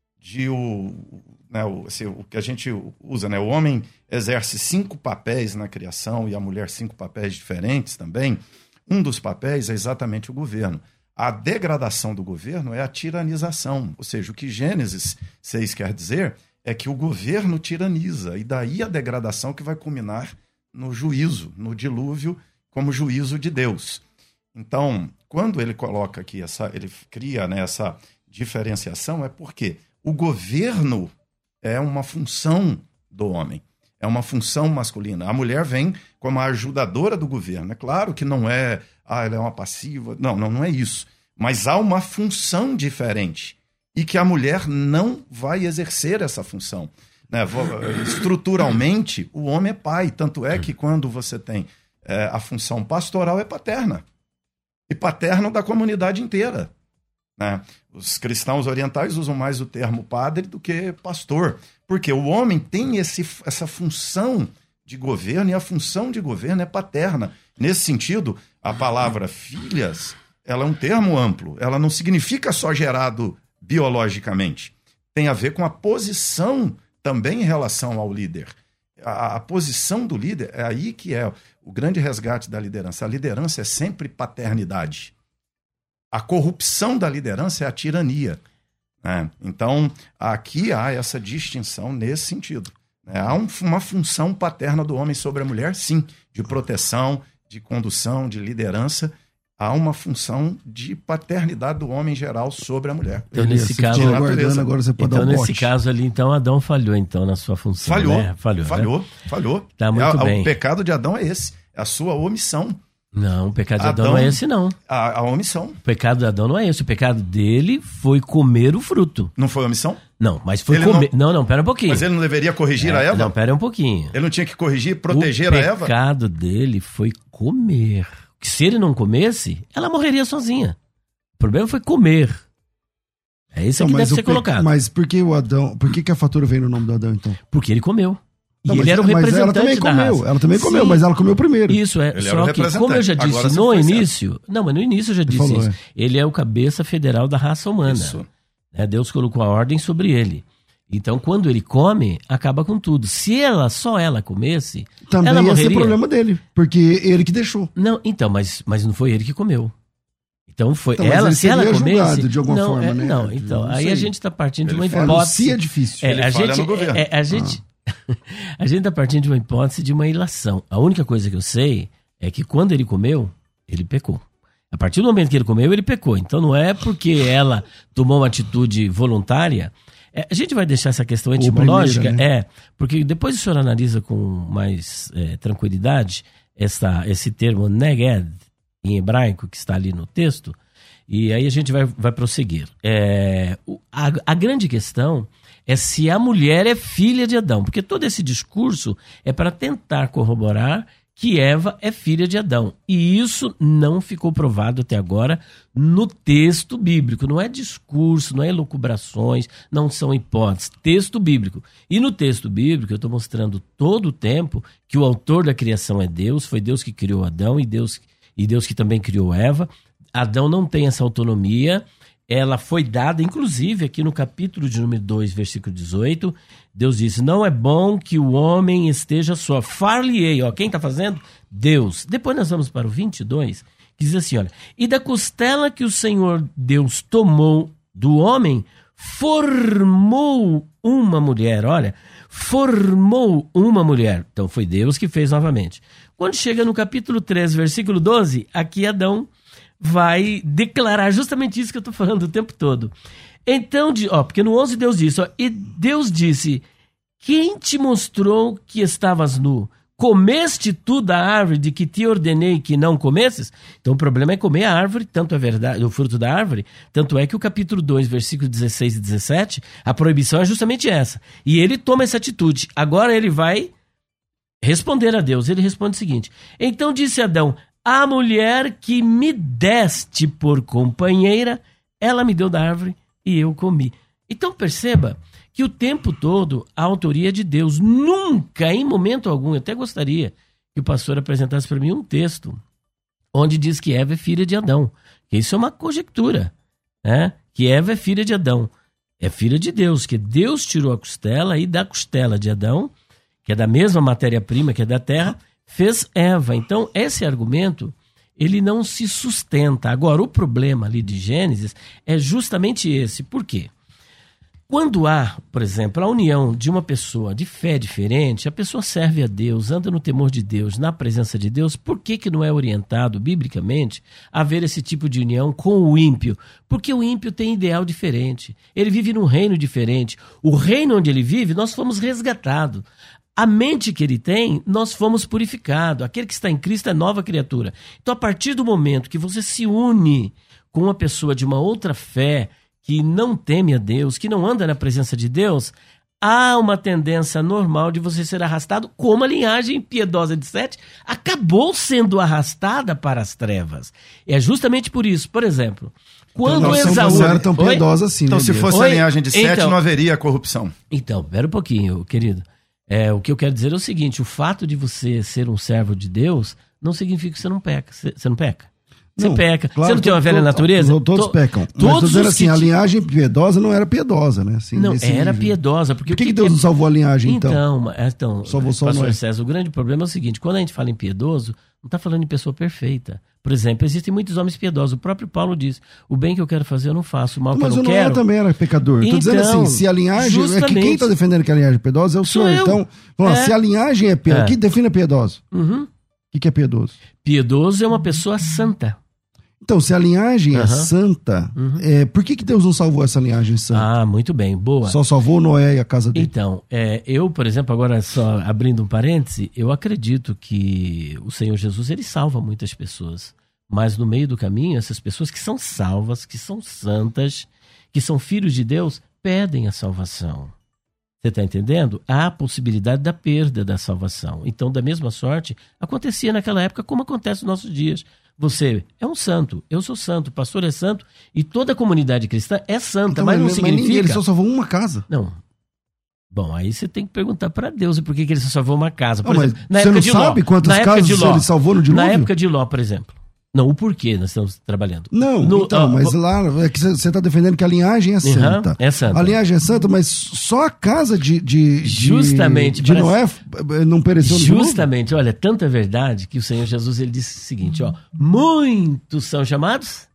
o que a gente usa, né? O homem exerce 5 papéis na criação e a mulher 5 papéis diferentes também. Um dos papéis é exatamente o governo. A degradação do governo é a tiranização, ou seja, o que Gênesis 6 quer dizer é que o governo tiraniza, e daí a degradação que vai culminar no juízo, no dilúvio, como juízo de Deus. Então, quando ele coloca aqui, ele cria, né, essa diferenciação, é porque o governo é uma função do homem, é uma função masculina. A mulher vem como a ajudadora do governo. É claro que não é, ela é uma passiva, não é isso. Mas há uma função diferente e que a mulher não vai exercer essa função. Né? Estruturalmente, o homem é pai, tanto é que quando você tem a função pastoral é paterna, e paterno da comunidade inteira. Né? Os cristãos orientais usam mais o termo padre do que pastor, porque o homem tem essa função de governo, e a função de governo é paterna. Nesse sentido, a palavra filhas, ela é um termo amplo, ela não significa só gerado biologicamente, tem a ver com a posição também em relação ao líder. A posição do líder é aí que é o grande resgate da liderança. A liderança é sempre paternidade. A corrupção da liderança é a tirania. Né? Então, aqui há essa distinção nesse sentido. Há uma função paterna do homem sobre a mulher, sim, de proteção, de condução, de liderança. Há uma função de paternidade do homem em geral sobre a mulher. Então, nesse caso, agora você pode dar um nesse caso ali, então, Adão falhou então na sua função. Falhou, né? Falhou. Tá muito bem. O pecado de Adão é esse, é a sua omissão. Não, o pecado de Adão não é esse, não. A omissão. O pecado de Adão não é esse. O pecado dele foi comer o fruto. Não foi omissão? Não, mas foi comer. Não, pera um pouquinho. Mas ele não deveria corrigir a Eva? Não, pera um pouquinho. Ele não tinha que corrigir, proteger a Eva? O pecado dele foi comer. Que se ele não comesse, ela morreria sozinha. O problema foi comer. É isso que deve ser colocado. Mas por que o Adão? Por que a fatura veio no nome do Adão, então? Porque ele comeu. E ele era o representante da raça. Ela também comeu, mas ela comeu primeiro. Isso é. Só que, como eu já disse no início... Não, mas no início eu já disse isso. Ele é o cabeça federal da raça humana. Isso. Deus colocou a ordem sobre ele. Então, quando ele come, acaba com tudo. Se só ela comesse, também ela morreria. Esse é o problema dele, porque ele que deixou. Não, então, mas não foi ele que comeu. Então foi então, ela, se ela comesse, de alguma forma, né? Não, então, aí a gente está partindo de uma hipótese. hipótese. É difícil. Ele falha no governo. A gente está partindo de uma hipótese de uma ilação. A única coisa que eu sei é que quando ele comeu, ele pecou. A partir do momento que ele comeu, ele pecou. Então não é porque ela tomou uma atitude voluntária. A gente vai deixar essa questão etimológica, né? Porque depois o senhor analisa com mais tranquilidade esse termo neged, em hebraico, que está ali no texto, e aí a gente vai prosseguir. A grande questão é se a mulher é filha de Adão, porque todo esse discurso é para tentar corroborar que Eva é filha de Adão. E isso não ficou provado até agora no texto bíblico. Não é discurso, não é elucubrações, não são hipóteses. Texto bíblico. E no texto bíblico eu estou mostrando todo o tempo que o autor da criação é Deus, foi Deus que criou Adão e Deus que também criou Eva. Adão não tem essa autonomia. Ela foi dada, inclusive, aqui no capítulo de número 2, versículo 18, Deus disse, não é bom que o homem esteja só. Far-lhe-ei, quem está fazendo? Deus. Depois nós vamos para o 22, que diz assim, olha, e da costela que o Senhor Deus tomou do homem, formou uma mulher, olha, formou uma mulher. Então foi Deus que fez novamente. Quando chega no capítulo 3, versículo 12, aqui Adão vai declarar justamente isso que eu estou falando o tempo todo. Então, porque no 11 Deus disse, e Deus disse, quem te mostrou que estavas nu? Comeste tu da árvore de que te ordenei que não comesses? Então o problema é comer a árvore, tanto é verdade, o fruto da árvore, tanto é que o capítulo 2, versículos 16 e 17, a proibição é justamente essa. E ele toma essa atitude. Agora ele vai responder a Deus. Ele responde o seguinte, então disse Adão, a mulher que me deste por companheira, ela me deu da árvore e eu comi. Então perceba que o tempo todo a autoria é de Deus. Nunca, em momento algum, eu até gostaria que o pastor apresentasse para mim um texto onde diz que Eva é filha de Adão. Isso é uma conjectura, né? Que Eva é filha de Adão. É filha de Deus, que Deus tirou a costela e da costela de Adão, que é da mesma matéria-prima que é da terra, fez Eva. Então, esse argumento, ele não se sustenta. Agora, o problema ali de Gênesis é justamente esse. Por quê? Quando há, por exemplo, a união de uma pessoa de fé diferente, a pessoa serve a Deus, anda no temor de Deus, na presença de Deus, por que não é orientado, biblicamente, a haver esse tipo de união com o ímpio? Porque o ímpio tem ideal diferente, ele vive num reino diferente. O reino onde ele vive, nós fomos resgatados. A mente que ele tem, nós fomos purificados. Aquele que está em Cristo é nova criatura. Então, a partir do momento que você se une com uma pessoa de uma outra fé, que não teme a Deus, que não anda na presença de Deus, há uma tendência normal de você ser arrastado, como a linhagem piedosa de Sete acabou sendo arrastada para as trevas. É justamente por isso, por exemplo, quando então, Esaú... não era tão piedosa assim, então, né, se fosse a linhagem de Sete, então, não haveria corrupção. Então, pera um pouquinho, querido. O que eu quero dizer é o seguinte, o fato de você ser um servo de Deus não significa que você não peca. Você não peca. Você peca. Claro, você não tem uma velha natureza? Todos pecam. Mas tô dizendo assim, a linhagem piedosa não era piedosa, né? Assim, não, era piedosa. Porque por que Deus não salvou a linhagem, então? Então salvou só pastor César, o grande problema é o seguinte, quando a gente fala em piedoso, não está falando em pessoa perfeita. Por exemplo, existem muitos homens piedosos. O próprio Paulo diz, o bem que eu quero fazer eu não faço, o mal que eu não quero. Mas também era pecador. Estou dizendo assim, se a linhagem... É que quem está defendendo que a linhagem é piedosa é o senhor. Então, se a linhagem é piedosa, o que define a piedosa? O que é piedoso? Piedoso é uma pessoa santa. Então, se a linhagem é santa, por que Deus não salvou essa linhagem santa? Ah, muito bem, boa. Só salvou Noé e a casa dele. Então, eu, por exemplo, agora só abrindo um parêntese, eu acredito que o Senhor Jesus, ele salva muitas pessoas. Mas no meio do caminho, essas pessoas que são salvas, que são santas, que são filhos de Deus, pedem a salvação. Você está entendendo? Há a possibilidade da perda da salvação. Então, da mesma sorte, acontecia naquela época como acontece nos nossos dias. Você é um santo, eu sou santo, o pastor é santo e toda a comunidade cristã é santa, então, mas não significa... Mas ele só salvou uma casa. Não. Bom, aí você tem que perguntar para Deus por que ele só salvou uma casa. Por exemplo, na época de Ló. Você não sabe quantas casas ele salvou no dilúvio? Na época de Ló, por exemplo. Não, o porquê nós estamos trabalhando. Não, mas lá é que você está defendendo que a linhagem é santa. É santa. A linhagem é santa, mas só a casa justamente, de Noé não pereceu no dilúvio? Justamente, olha, tanta verdade que o Senhor Jesus ele disse o seguinte, muitos são chamados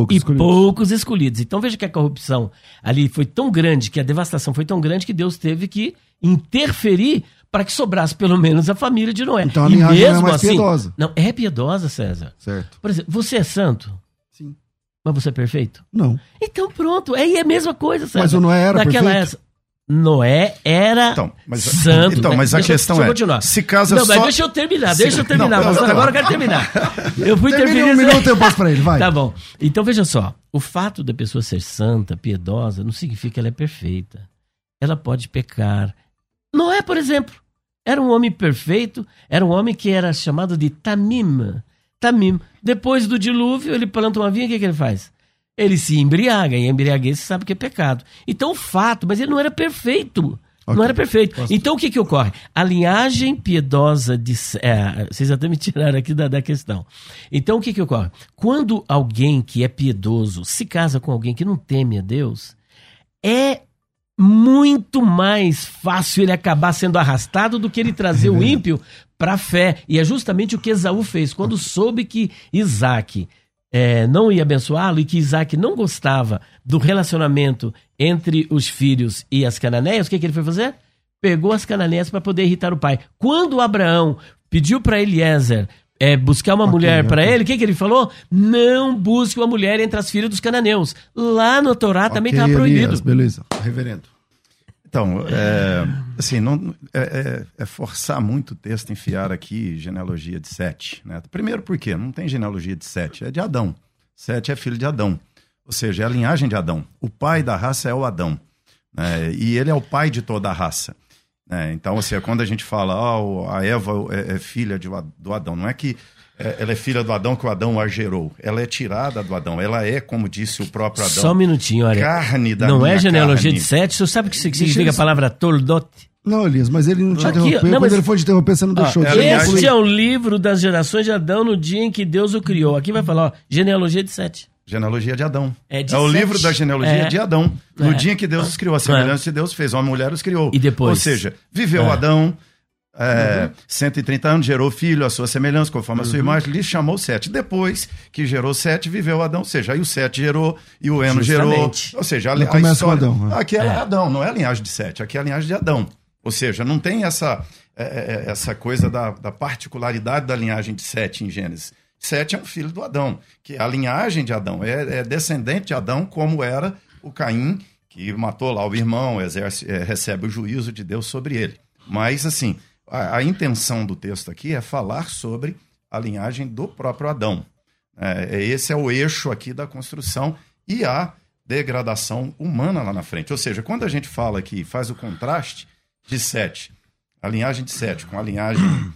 poucos escolhidos. Então veja que a corrupção ali foi tão grande, que a devastação foi tão grande que Deus teve que interferir para que sobrasse pelo menos a família de Noé. Então a linhagem não é mais piedosa. Não, é piedosa, César. Certo. Por exemplo, você é santo? Sim. Mas você é perfeito? Não. Então pronto, aí é a mesma coisa, César. Mas o Noé era perfeito? Noé era santo. Então, mas a questão continuar. Se casa não, só... mas deixa eu terminar, agora eu quero terminar. Eu fui terminar. Um minuto eu passo para ele, vai. Tá bom. Então veja só, o fato da pessoa ser santa, piedosa, não significa que ela é perfeita. Ela pode pecar. Noé, por exemplo, era um homem perfeito, era um homem que era chamado de Tamim. Depois do dilúvio, ele planta uma vinha, o que ele faz? Ele se embriaga, e a embriaguez você sabe que é pecado. Então o fato, mas ele não era perfeito. Okay. Não era perfeito. Então o que ocorre? A linhagem piedosa de... vocês até me tiraram aqui da questão. Então o que ocorre? Quando alguém que é piedoso se casa com alguém que não teme a Deus, é muito mais fácil ele acabar sendo arrastado do que ele trazer o ímpio para a fé. E é justamente o que Esaú fez. Quando soube que Isaac não ia abençoá-lo e que Isaac não gostava do relacionamento entre os filhos e as cananeias, o que ele foi fazer? pegou as cananéias para poder irritar o pai. Quando Abraão pediu para Eliezer buscar uma mulher para ele, o que ele falou? Não busque uma mulher entre as filhas dos cananeus. Lá no Torá também estava proibido. Elias, beleza, reverendo. Então, assim, é forçar muito o texto, enfiar aqui genealogia de Sete, né? Primeiro porque não tem genealogia de Sete, é de Adão. Sete é filho de Adão, ou seja, é a linhagem de Adão. O pai da raça é o Adão, né? E ele é o pai de toda a raça. Então, assim, quando a gente fala a Eva é filha do Adão, não é que ela é filha do Adão que o Adão a gerou. Ela é tirada do Adão. Ela é, como disse o próprio Adão, só um minutinho, olha. Carne da não minha é genealogia carne. de Sete? Você sabe o que significa a palavra Toldot? Não, Elias, mas ele não te interrompeu. Não, Quando ele foi te interromper, você não deixou. Este é o livro das gerações de Adão no dia em que Deus o criou. Aqui vai falar, genealogia de Sete. Genealogia de Adão. É o livro da genealogia de Adão. No dia em que Deus os criou, a semelhança de Deus fez. Homem e mulher os criou. E depois? Ou seja, viveu Adão, 130 anos, gerou filho, a sua semelhança, conforme a sua imagem, lhe chamou Sete. Depois que gerou Sete, viveu Adão. Ou seja, aí o Sete gerou e o Eno gerou. Ou seja, a começa história... com Adão. Aqui é Adão, não é a linhagem de Sete, aqui é a linhagem de Adão. Ou seja, não tem essa coisa da particularidade da linhagem de Sete em Gênesis. Sete é um filho do Adão, que é a linhagem de Adão, é descendente de Adão, como era o Caim, que matou lá o irmão, recebe o juízo de Deus sobre ele. Mas, assim, a intenção do texto aqui é falar sobre a linhagem do próprio Adão. Esse é o eixo aqui da construção e a degradação humana lá na frente. Ou seja, quando a gente fala aqui, faz o contraste de Sete, a linhagem de Sete com a linhagem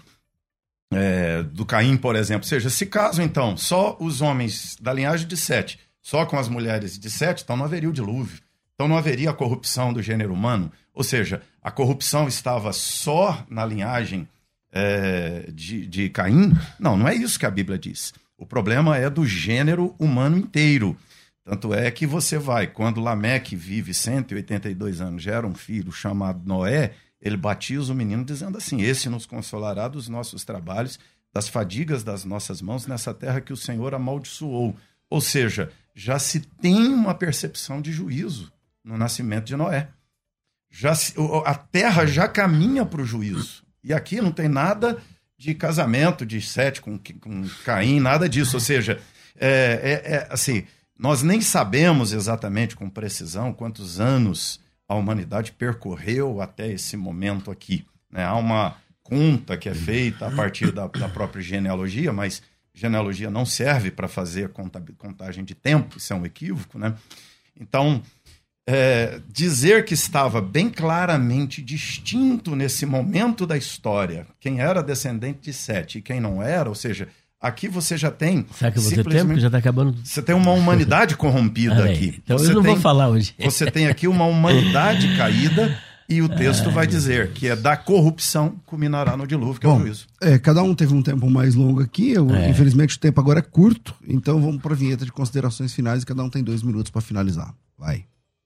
do Caim, por exemplo. Ou seja, se caso, então, só os homens da linhagem de Sete, só com as mulheres de Sete, então não haveria o dilúvio. Então não haveria a corrupção do gênero humano. Ou seja, a corrupção estava só na linhagem de Caim? Não é isso que a Bíblia diz. O problema é do gênero humano inteiro. Tanto é que você vai, quando Lameque vive 182 anos, gera um filho chamado Noé, ele batiza o menino dizendo assim: esse nos consolará dos nossos trabalhos, das fadigas das nossas mãos nessa terra que o Senhor amaldiçoou. Ou seja, já se tem uma percepção de juízo no nascimento de Noé. A terra já caminha para o juízo. E aqui não tem nada de casamento de Sete com Caim, nada disso. Ou seja, assim, nós nem sabemos exatamente com precisão quantos anos a humanidade percorreu até esse momento aqui, né? Há uma conta que é feita a partir da própria genealogia, mas genealogia não serve para fazer contagem de tempo, isso é um equívoco, né? Então, dizer que estava bem claramente distinto nesse momento da história quem era descendente de Sete e quem não era, ou seja, aqui você já tem... Será que eu vou ter tempo? Já está acabando... Você tem uma humanidade corrompida aqui. Então eu não vou falar hoje. Você tem aqui uma humanidade caída e o texto vai dizer que da corrupção culminará no dilúvio, que é o juízo. Cada um teve um tempo mais longo aqui. Infelizmente o tempo agora é curto. Então vamos para a vinheta de considerações finais e cada um tem 2 minutos para finalizar. Vai.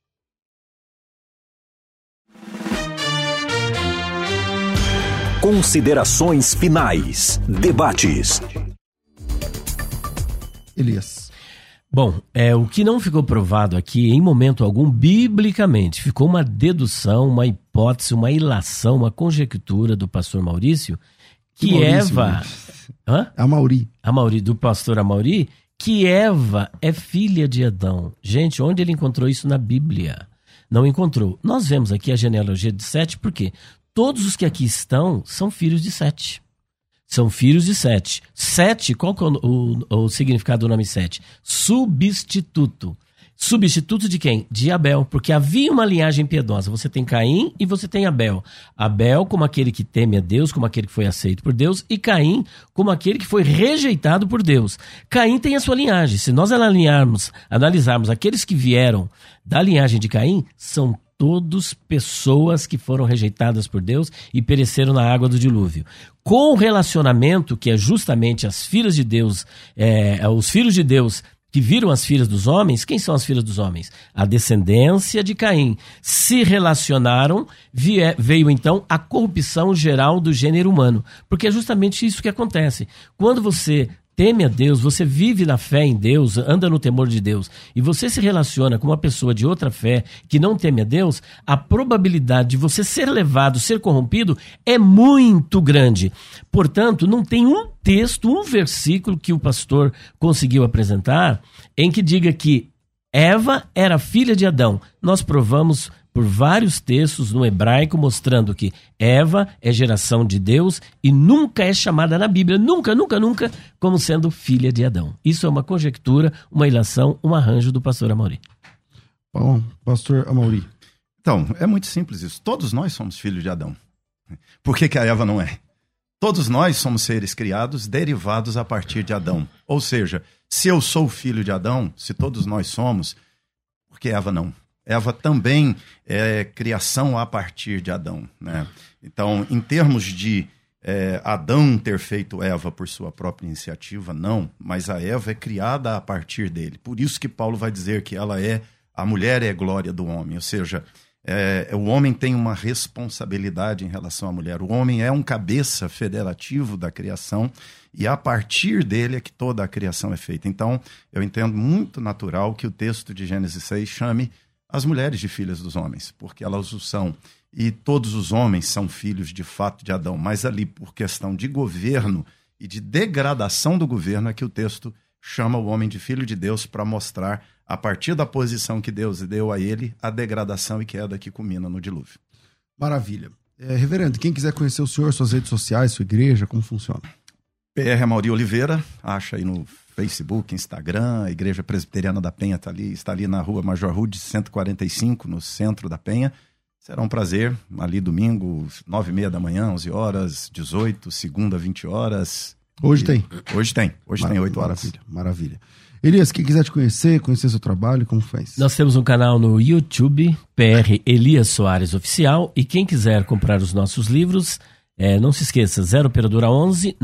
Considerações finais. Debates. Elias. Bom, o que não ficou provado aqui, em momento algum, biblicamente, ficou uma dedução, uma hipótese, uma ilação, uma conjectura do pastor Maurício, que Eva... Hã? Amauri, do pastor Amauri, que Eva é filha de Adão. Gente, onde ele encontrou isso na Bíblia? Não encontrou. Nós vemos aqui a genealogia de Sete, por quê? Todos os que aqui estão são filhos de Sete. São filhos de Sete. Sete, qual que é o significado do nome Sete? Substituto. Substituto de quem? De Abel, porque havia uma linhagem piedosa. Você tem Caim e você tem Abel. Abel como aquele que teme a Deus, como aquele que foi aceito por Deus, e Caim como aquele que foi rejeitado por Deus. Caim tem a sua linhagem. Se nós analisarmos aqueles que vieram da linhagem de Caim, são todos pessoas que foram rejeitadas por Deus e pereceram na água do dilúvio. Com o relacionamento, que é justamente as filhas de Deus, os filhos de Deus que viram as filhas dos homens, quem são as filhas dos homens? A descendência de Caim. Se relacionaram, veio então a corrupção geral do gênero humano. Porque é justamente isso que acontece. Quando você teme a Deus, você vive na fé em Deus, anda no temor de Deus, e você se relaciona com uma pessoa de outra fé que não teme a Deus, a probabilidade de você ser levado, ser corrompido, é muito grande. Portanto, não tem um texto, um versículo que o pastor conseguiu apresentar em que diga que Eva era filha de Adão. Nós provamos por vários textos no hebraico mostrando que Eva é geração de Deus e nunca é chamada na Bíblia, nunca, como sendo filha de Adão. Isso é uma conjectura, uma ilação, um arranjo do pastor Amaury. Bom, pastor Amaury. Então, é muito simples isso. Todos nós somos filhos de Adão. Por que a Eva não é? Todos nós somos seres criados derivados a partir de Adão. Ou seja, se eu sou filho de Adão, se todos nós somos, por que Eva não? Eva também é criação a partir de Adão, né? Então, em termos de Adão ter feito Eva por sua própria iniciativa, não. Mas a Eva é criada a partir dele. Por isso que Paulo vai dizer que a mulher é glória do homem. Ou seja, o homem tem uma responsabilidade em relação à mulher. O homem é um cabeça federativo da criação e a partir dele é que toda a criação é feita. Então, eu entendo muito natural que o texto de Gênesis 6 chame as mulheres de filhas dos homens, porque elas o são. E todos os homens são filhos de fato de Adão. Mas ali, por questão de governo e de degradação do governo, é que o texto chama o homem de filho de Deus para mostrar, a partir da posição que Deus deu a ele, a degradação e queda que culmina no dilúvio. Maravilha. Reverendo, quem quiser conhecer o senhor, suas redes sociais, sua igreja, como funciona? PR Amaury Oliveira, acha aí no Facebook, Instagram, a Igreja Presbiteriana da Penha está ali na rua Major Rude 145, no centro da Penha. Será um prazer, ali domingo, 9h30 da manhã, 11 horas, 18, segunda, 20 horas. Hoje tem? Hoje tem 8 horas. Maravilha. Elias, quem quiser te conhecer seu trabalho, como faz? Nós temos um canal no YouTube, PR Elias Soares Oficial, e quem quiser comprar os nossos livros, não se esqueça, 0 operadora 11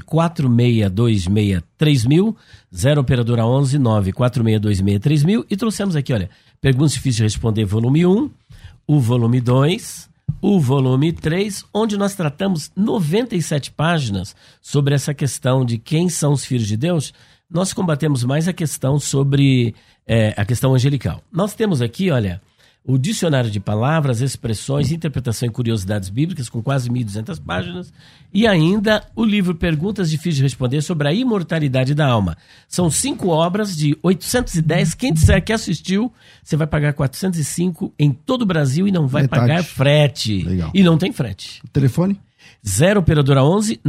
94626 3000, 0 operadora 11 94626 3000, e trouxemos aqui, olha, Perguntas Difíceis de Responder, volume 1, o volume 2, o volume 3, onde nós tratamos 97 páginas sobre essa questão de quem são os filhos de Deus. Nós combatemos mais a questão sobre a questão angelical. Nós temos aqui, olha, o dicionário de palavras, expressões, interpretação e curiosidades bíblicas, com quase 1.200 páginas, e ainda o livro Perguntas Difíceis de Responder sobre a imortalidade da alma. São 5 obras de 810. Quem disser que assistiu, você vai pagar 405 em todo o Brasil e não vai pagar frete. Legal. E não tem frete. Telefone? 0 operadora 11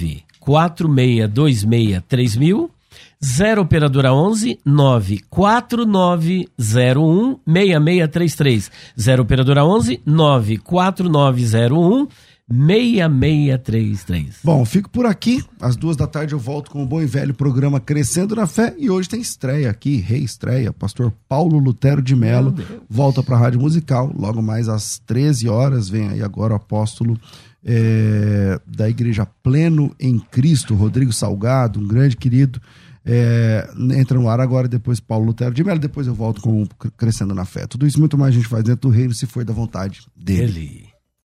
94626 3000, 0 operadora 11 94901 6633, 0 operadora 11 94901 6633. Bom, fico por aqui. Às 14h eu volto com o bom e velho programa Crescendo na Fé. E hoje tem estreia aqui, reestreia. Pastor Paulo Lutero de Mello volta para a Rádio Musical. Logo mais às 13 horas vem aí agora o apóstolo da Igreja Pleno em Cristo, Rodrigo Salgado, um grande querido. Entra no ar agora, depois Paulo Lutero de Mello, depois eu volto com o Crescendo na Fé. Tudo isso muito mais a gente faz dentro do reino, se for da vontade dele.